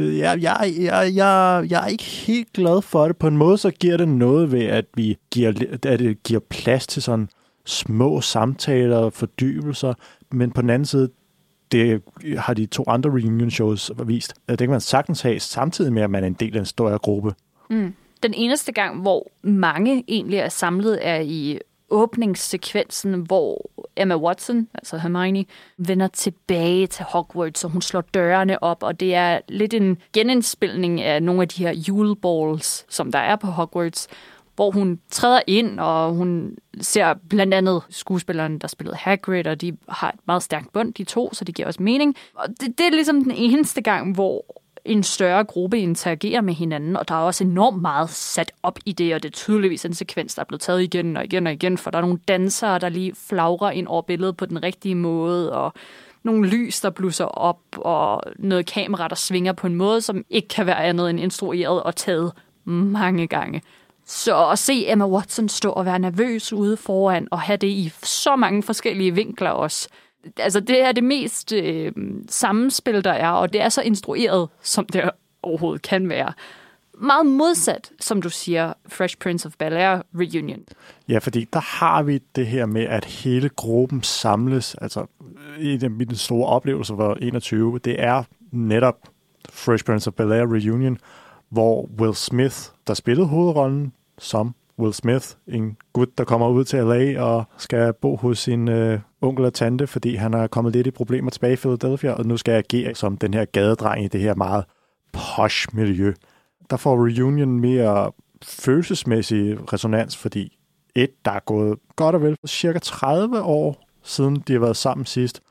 Speaker 2: jeg er ikke helt glad for det. På en måde, så giver det noget ved, at det giver plads til sådan små samtaler og fordybelser. Men på den anden side, det har de 2 andre reunion shows vist. Det kan man sagtens have, samtidig med, at man er en del af en større gruppe.
Speaker 1: Den eneste gang, hvor mange egentlig er samlet, er i åbningssekvensen, hvor Emma Watson, altså Hermione, vender tilbage til Hogwarts, og hun slår dørene op, og det er lidt en genindspilning af nogle af de her juleballs, som der er på Hogwarts, hvor hun træder ind, og hun ser blandt andet skuespilleren, der spillede Hagrid, og de har et meget stærkt bånd, de to, så det giver også mening. Og det er ligesom den eneste gang, hvor en større gruppe interagerer med hinanden, og der er også enormt meget sat op i det, og det er tydeligvis en sekvens, der er blevet taget igen og igen og igen, for der er nogle dansere, der lige flagrer ind over billedet på den rigtige måde, og nogle lys, der blusser op, og noget kamera, der svinger på en måde, som ikke kan være andet end instrueret og taget mange gange. Så at se Emma Watson stå og være nervøs ude foran, og have det i så mange forskellige vinkler også, altså, det er det mest sammenspil, der er, og det er så instrueret, som det overhovedet kan være. Meget modsat, som du siger, Fresh Prince of Bel-Air reunion.
Speaker 2: Ja, fordi der har vi det her med, at hele gruppen samles. Altså, i den store oplevelse for 21, det er netop Fresh Prince of Bel-Air reunion, hvor Will Smith, der spillede hovedrollen som Will Smith, en gut, der kommer ud til LA og skal bo hos sin onkel og tante, fordi han er kommet lidt i problemer tilbage i Philadelphia, og nu skal agere som den her gadedreng i det her meget posh miljø. Der får reunion mere følelsesmæssig resonans, fordi der er gået godt og vel cirka 30 år siden de har været sammen sidst,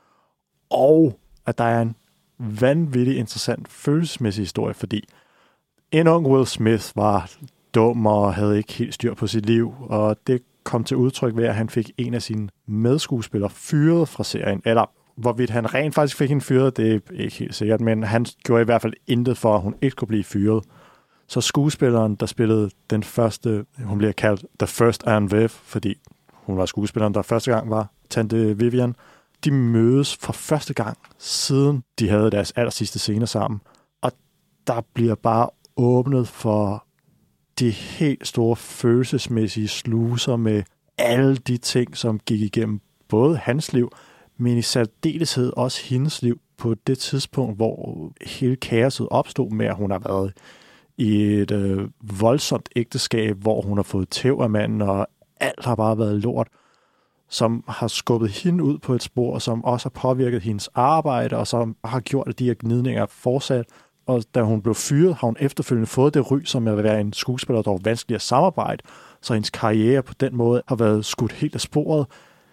Speaker 2: og at der er en vanvittig interessant følelsesmæssig historie, fordi en ung Will Smith var dum og havde ikke helt styr på sit liv, og det kom til udtryk ved, at han fik en af sine medskuespillere fyret fra serien, eller hvorvidt han rent faktisk fik hende fyret, det er ikke helt sikkert, men han gjorde i hvert fald intet for, at hun ikke kunne blive fyret. Så skuespilleren, der spillede den første, hun bliver kaldt The First Aunt Viv, fordi hun var skuespilleren, der første gang var tante Vivian, de mødes for første gang, siden de havde deres allersidste scener sammen, og der bliver bare åbnet for de helt store følelsesmæssige sluser med alle de ting, som gik igennem både hans liv, men i særdeleshed også hendes liv på det tidspunkt, hvor hele kaoset opstod med, at hun har været i et voldsomt ægteskab, hvor hun har fået tæv af manden, og alt har bare været lort, som har skubbet hende ud på et spor, som også har påvirket hendes arbejde, og som har gjort, at de her gnidninger fortsat. Og da hun blev fyret, har hun efterfølgende fået det ry, som at være en skuespiller, der var vanskelig at samarbejde. Så hendes karriere på den måde har været skudt helt af sporet.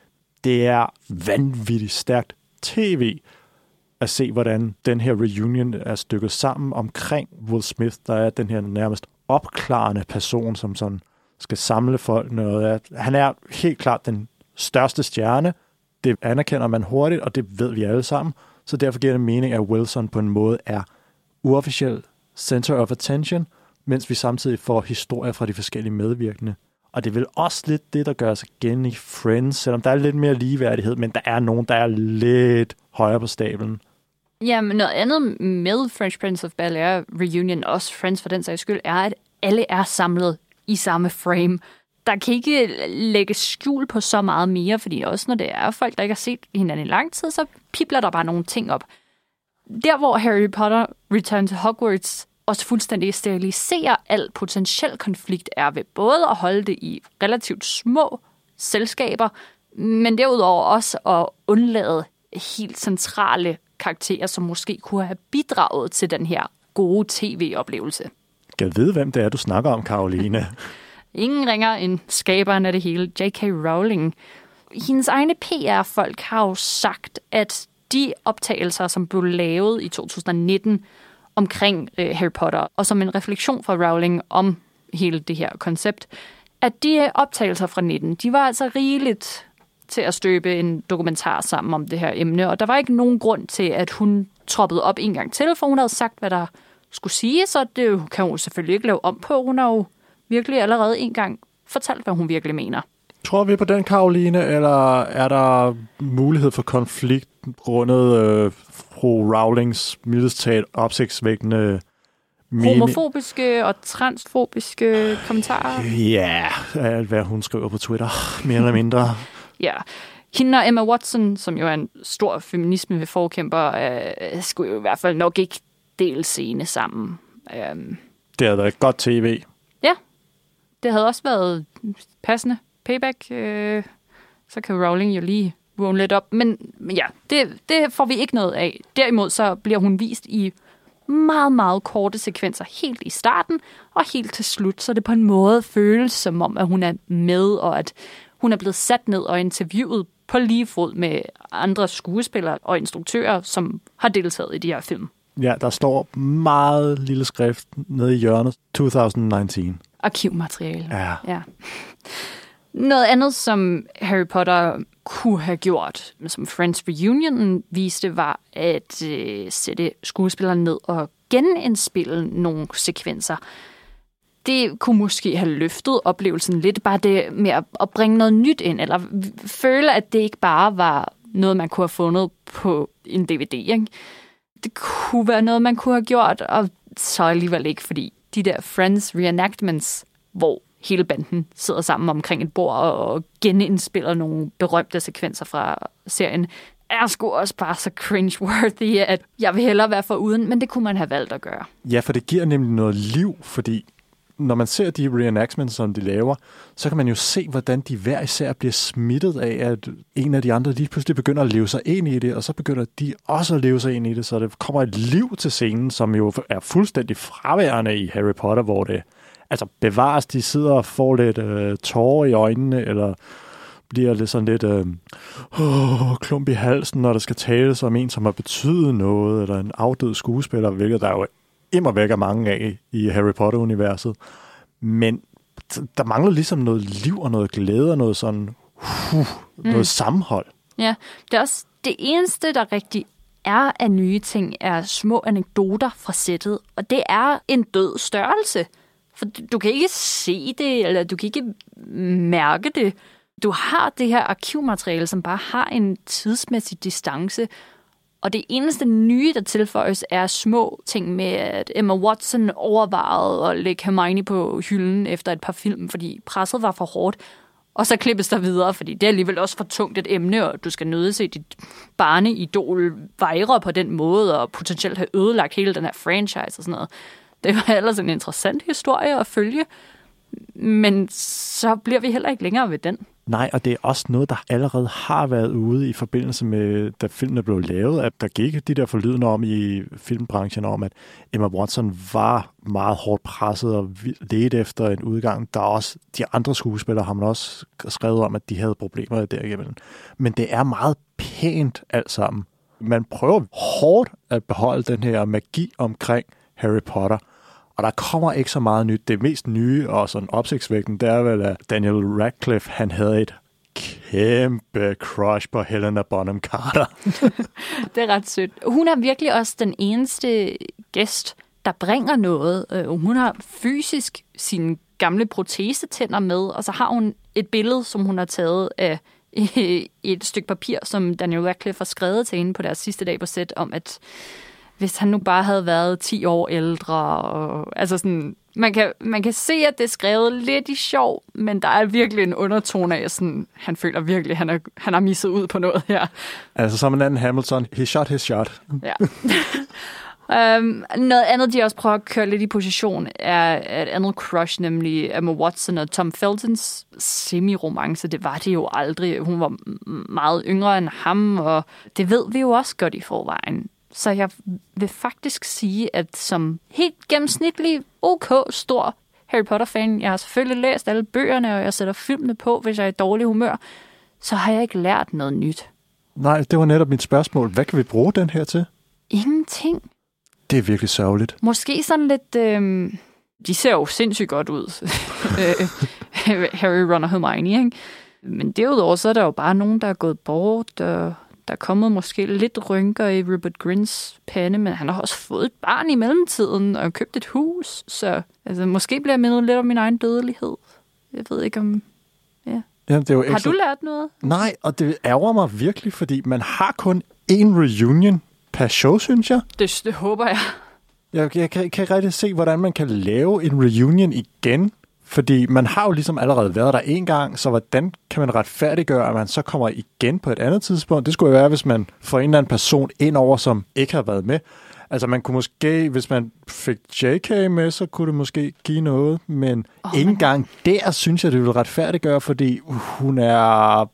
Speaker 2: Det er vanvittigt stærkt tv at se, hvordan den her reunion er stykket sammen omkring Will Smith, der er den her nærmest opklarende person, som sådan skal samle folkene. Han er helt klart den største stjerne. Det anerkender man hurtigt, og det ved vi alle sammen. Så derfor giver det mening, at Wilson på en måde er uofficiel center of attention, mens vi samtidig får historier fra de forskellige medvirkende. Og det er vel også lidt det, der gør sig igen i Friends, selvom der er lidt mere ligeværdighed, men der er nogen, der er lidt højere på stablen.
Speaker 1: Ja, men noget andet med Fresh Prince of Bel-Air reunion, også Friends for den sags skyld, er, at alle er samlet i samme frame. Der kan ikke lægge skjul på så meget mere, fordi også når det er folk, der ikke har set hinanden i lang tid, så pibler der bare nogle ting op. Der, hvor Harry Potter Return to Hogwarts også fuldstændig steriliserer al potentiel konflikt, er ved både at holde det i relativt små selskaber, men derudover også at undlade helt centrale karakterer, som måske kunne have bidraget til den her gode tv-oplevelse.
Speaker 2: Kan jeg vide, hvem det er, du snakker om, Karoline?
Speaker 1: Ingen ringer end skaberen af det hele, J.K. Rowling. Hendes egne PR-folk har jo sagt, at de optagelser, som blev lavet i 2019 omkring Harry Potter, og som en refleksion fra Rowling om hele det her koncept, at de optagelser fra 19, de var altså rigeligt til at støbe en dokumentar sammen om det her emne, og der var ikke nogen grund til, at hun troppede op en gang til, for hun havde sagt, hvad der skulle siges, og det kan hun selvfølgelig ikke lave om på. Hun har jo virkelig allerede en gang fortalt, hvad hun virkelig mener.
Speaker 2: Tror vi på den, Karoline, eller er der mulighed for konflikt grundet fru Rowlings mildest talt opsigtsvækkende
Speaker 1: homofobiske og transfobiske kommentarer?
Speaker 2: Ja, alt hvad hun skriver på Twitter, mere eller mindre.
Speaker 1: Ja. Hende og Emma Watson, som jo er en stor feminisme ved forkæmper, skulle jo i hvert fald nok ikke dele scene sammen.
Speaker 2: Det havde været godt tv.
Speaker 1: Ja, det havde også været passende payback. Så kan Rowling jo lige vågne lidt op. Men ja, det får vi ikke noget af. Derimod så bliver hun vist i meget, meget korte sekvenser helt i starten og helt til slut. Så det på en måde føles som om, at hun er med, og at hun er blevet sat ned og interviewet på lige fod med andre skuespillere og instruktører, som har deltaget i de her film.
Speaker 2: Ja, der står meget lille skrift nede i hjørnet. 2019.
Speaker 1: Arkivmateriale.
Speaker 2: Ja.
Speaker 1: Noget andet, som Harry Potter kunne have gjort, som Friends Reunion viste, var at sætte skuespillerne ned og genindspille nogle sekvenser. Det kunne måske have løftet oplevelsen lidt, bare det med at bringe noget nyt ind, eller føle, at det ikke bare var noget, man kunne have fundet på en DVD. Ikke? Det kunne være noget, man kunne have gjort, og så alligevel ikke, fordi de der Friends reenactments, hvor hele banden sidder sammen omkring et bord og genindspiller nogle berømte sekvenser fra serien, er sgu også bare så cringe-worthy, at jeg vil hellere være foruden, men det kunne man have valgt at gøre.
Speaker 2: Ja, for det giver nemlig noget liv, fordi når man ser de reenactments, som de laver, så kan man jo se, hvordan de hver især bliver smittet af, at en af de andre lige pludselig begynder at leve sig ind i det, og så begynder de også at leve sig ind i det, så det kommer et liv til scenen, som jo er fuldstændig fraværende i Harry Potter, hvor det altså bevares, de sidder og får lidt tårer i øjnene, eller bliver lidt sådan lidt klump i halsen, når der skal tales om en, som har betydet noget, eller en afdød skuespiller, hvilket der jo immervæk er mange af i Harry Potter-universet. Men der mangler ligesom noget liv og noget glæde og noget sådan noget sammenhold.
Speaker 1: Ja, det er også det eneste, der rigtig er af nye ting, er små anekdoter fra sættet, og det er en død størrelse. For du kan ikke se det, eller du kan ikke mærke det. Du har det her arkivmateriale, som bare har en tidsmæssig distance, og det eneste nye, der tilføjes, er små ting med, at Emma Watson overvejede at lægge Hermione på hylden efter et par film, fordi presset var for hårdt. Og så klippes der videre, fordi det er alligevel også for tungt et emne, og du skal nødt se dit barneidol vejre på den måde, og potentielt have ødelagt hele den her franchise og sådan noget. Det var ellers en interessant historie at følge, men så bliver vi heller ikke længere ved den.
Speaker 2: Nej, og det er også noget, der allerede har været ude i forbindelse med, da filmen blev lavet, at der gik de der forlydende om i filmbranchen om, at Emma Watson var meget hårdt presset og ledte efter en udgang. Der er også de andre skuespillere, har man også skrevet om, at de havde problemer derigennem. Men det er meget pænt alt sammen. Man prøver hårdt at beholde den her magi omkring Harry Potter. Og der kommer ikke så meget nyt. Det mest nye og sådan opsigtsvækkende, det er vel, at Daniel Radcliffe, han havde et kæmpe crush på Helena Bonham Carter.
Speaker 1: Det er ret sødt. Hun er virkelig også den eneste gæst, der bringer noget. Hun har fysisk sine gamle protesetænder med, og så har hun et billede, som hun har taget af et stykke papir, som Daniel Radcliffe har skrevet til hende på deres sidste dag på sæt, om at hvis han nu bare havde været 10 år ældre. Og, altså sådan, man kan se, at det er skrevet lidt i sjov, men der er virkelig en undertone af, sådan, han føler virkelig, at han har misset ud på noget her.
Speaker 2: Altså som en anden Hamilton, he shot his shot.
Speaker 1: Ja. Noget andet, de også prøver at køre lidt i position, er et andet crush, nemlig Emma Watson og Tom Feltons semi-romance. Det var det jo aldrig. Hun var meget yngre end ham, og det ved vi jo også godt i forvejen. Så jeg vil faktisk sige, at som helt gennemsnitlig, stor Harry Potter-fan, jeg har selvfølgelig læst alle bøgerne, og jeg sætter filmene på, hvis jeg er i dårlig humør, så har jeg ikke lært noget nyt.
Speaker 2: Nej, det var netop mit spørgsmål. Hvad kan vi bruge den her til?
Speaker 1: Ingenting.
Speaker 2: Det er virkelig sørgeligt.
Speaker 1: Måske sådan lidt... de ser jo sindssygt godt ud. Harry, Ron og Hermione, ikke? Men derudover så er der jo bare nogen, der er gået bort, og der er kommet måske lidt rynker i Rupert Grins pande, men han har også fået et barn i mellemtiden og købt et hus, så altså, måske bliver jeg mindet lidt om min egen dødelighed. Jeg ved ikke om... Ja.
Speaker 2: Jamen, det er jo
Speaker 1: har du lært noget?
Speaker 2: Nej, og det ærger mig virkelig, fordi man har kun én reunion per show, synes jeg.
Speaker 1: Det håber jeg.
Speaker 2: Jeg kan ikke rigtig se, hvordan man kan lave en reunion igen, fordi man har jo ligesom allerede været der en gang, så hvordan kan man retfærdiggøre, at man så kommer igen på et andet tidspunkt? Det skulle jo være, hvis man får en eller anden person ind over, som ikke har været med. Altså man kunne måske, hvis man fik JK med, så kunne det måske give noget, men ikke engang der synes jeg, det vil retfærdiggøre, fordi hun er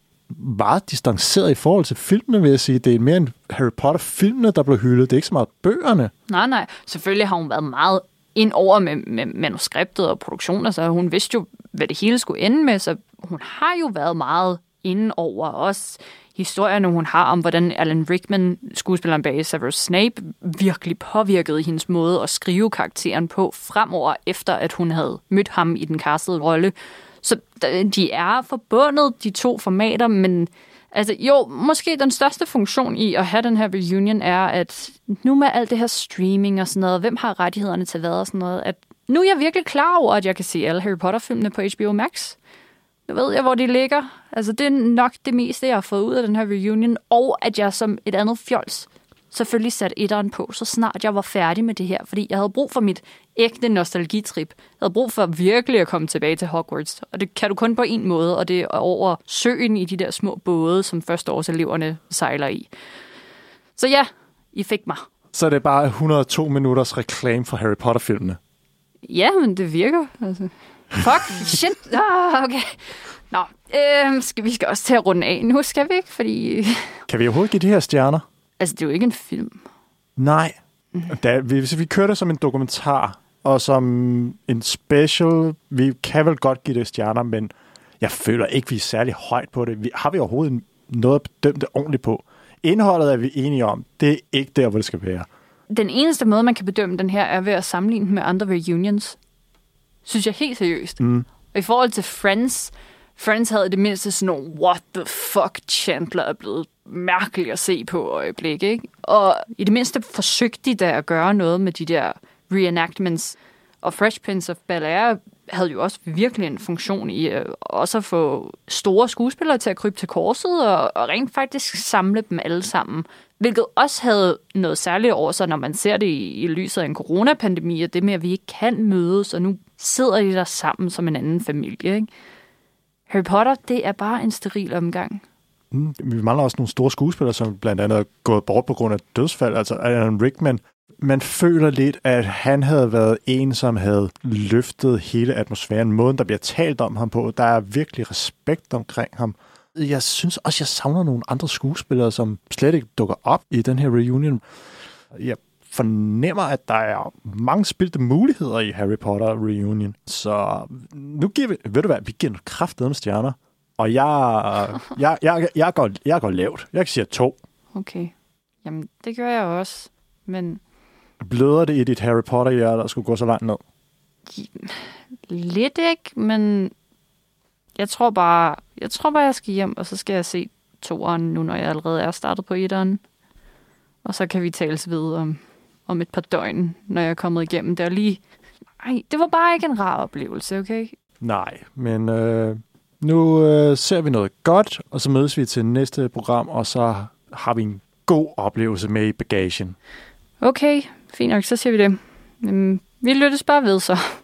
Speaker 2: meget distanceret i forhold til filmene, vil jeg sige. Det er mere en Harry Potter-filmene, der blev hyldet. Det er ikke så meget bøgerne.
Speaker 1: Nej. Selvfølgelig har hun været meget ind over med manuskriptet og produktionen, så hun vidste jo, hvad det hele skulle ende med, så hun har jo været meget inde over også historierne, hun har om, hvordan Alan Rickman, skuespilleren bag Severus Snape, virkelig påvirkede hendes måde at skrive karakteren på fremover, efter at hun havde mødt ham i den castede rolle. Så de er forbundet, de to formater, men altså, jo, måske den største funktion i at have den her reunion er, at nu med alt det her streaming og sådan noget, hvem har rettighederne til hvad og sådan noget, at nu er jeg virkelig klar over, at jeg kan se alle Harry Potter-filmene på HBO Max. Nu ved jeg, hvor de ligger. Altså, det er nok det meste, jeg har fået ud af den her reunion, og at jeg som et andet fjols selvfølgelig satte etteren på, så snart jeg var færdig med det her, fordi jeg havde brug for mit ægte nostalgitrip. Jeg havde brug for virkelig at komme tilbage til Hogwarts, og det kan du kun på en måde, og det er over søen i de der små både, som førsteårseleverne sejler i. Så ja, I fik mig.
Speaker 2: Så det er bare 102 minutters reklame for Harry Potter-filmene.
Speaker 1: Ja, men det virker. Altså. Fuck, shit. Okay. Nå, vi skal også til at runde af nu, skal vi ikke? Fordi...
Speaker 2: Kan vi overhovedet give de her stjerner?
Speaker 1: Altså, det er jo ikke en film.
Speaker 2: Nej. Hvis vi kører det som en dokumentar, og som en special, vi kan vel godt give det stjerner, men jeg føler ikke, vi er særlig højt på det. Har vi overhovedet noget at bedømme det ordentligt på? Indholdet er vi enige om. Det er ikke der, hvor det skal være.
Speaker 1: Den eneste måde, man kan bedømme den her, er ved at sammenligne den med andre reunions. Synes jeg helt seriøst. Og i forhold til Friends havde det mindste sådan nogle, what the fuck, Chandler er blevet mærkelig at se på øjeblik, ikke? Og i det mindste forsøgte de da at gøre noget med de der reenactments. Og Fresh Prince of Bel-Air havde jo også virkelig en funktion i også at få store skuespillere til at krybe til korset og rent faktisk samle dem alle sammen. Hvilket også havde noget særligt over sig, når man ser det i lyset af en coronapandemi, og det med, at vi ikke kan mødes, og nu sidder de der sammen som en anden familie, ikke? Harry Potter, det er bare en steril omgang.
Speaker 2: Vi mangler også nogle store skuespillere, som blandt andet er gået bort på grund af dødsfald. Altså Alan Rickman. Man føler lidt, at han havde været en, som havde løftet hele atmosfæren. Måden, der bliver talt om ham på. Der er virkelig respekt omkring ham. Jeg synes også, jeg savner nogle andre skuespillere, som slet ikke dukker op i den her reunion. Jeg fornemmer, at der er mange spildte muligheder i Harry Potter reunion. Så nu giver vi, ved du hvad, vi giver en kraftedeme stjerner. Og jeg går lavt. Jeg kan sige 2.
Speaker 1: Okay. Jamen, det gør jeg også. Men...
Speaker 2: Bløder det i dit Harry Potter-hjerte, der skulle gå så langt ned?
Speaker 1: Lidt ikke, men jeg tror bare, jeg skal hjem, og så skal jeg se 2'eren nu, når jeg allerede er startet på 1'eren. Og så kan vi tales videre om et par døgn, når jeg er kommet igennem det. Det var bare ikke en rar oplevelse, okay?
Speaker 2: Nej, men nu ser vi noget godt, og så mødes vi til næste program, og så har vi en god oplevelse med i bagagen.
Speaker 1: Okay, fint nok, så siger vi det. Vi lyttes bare ved så.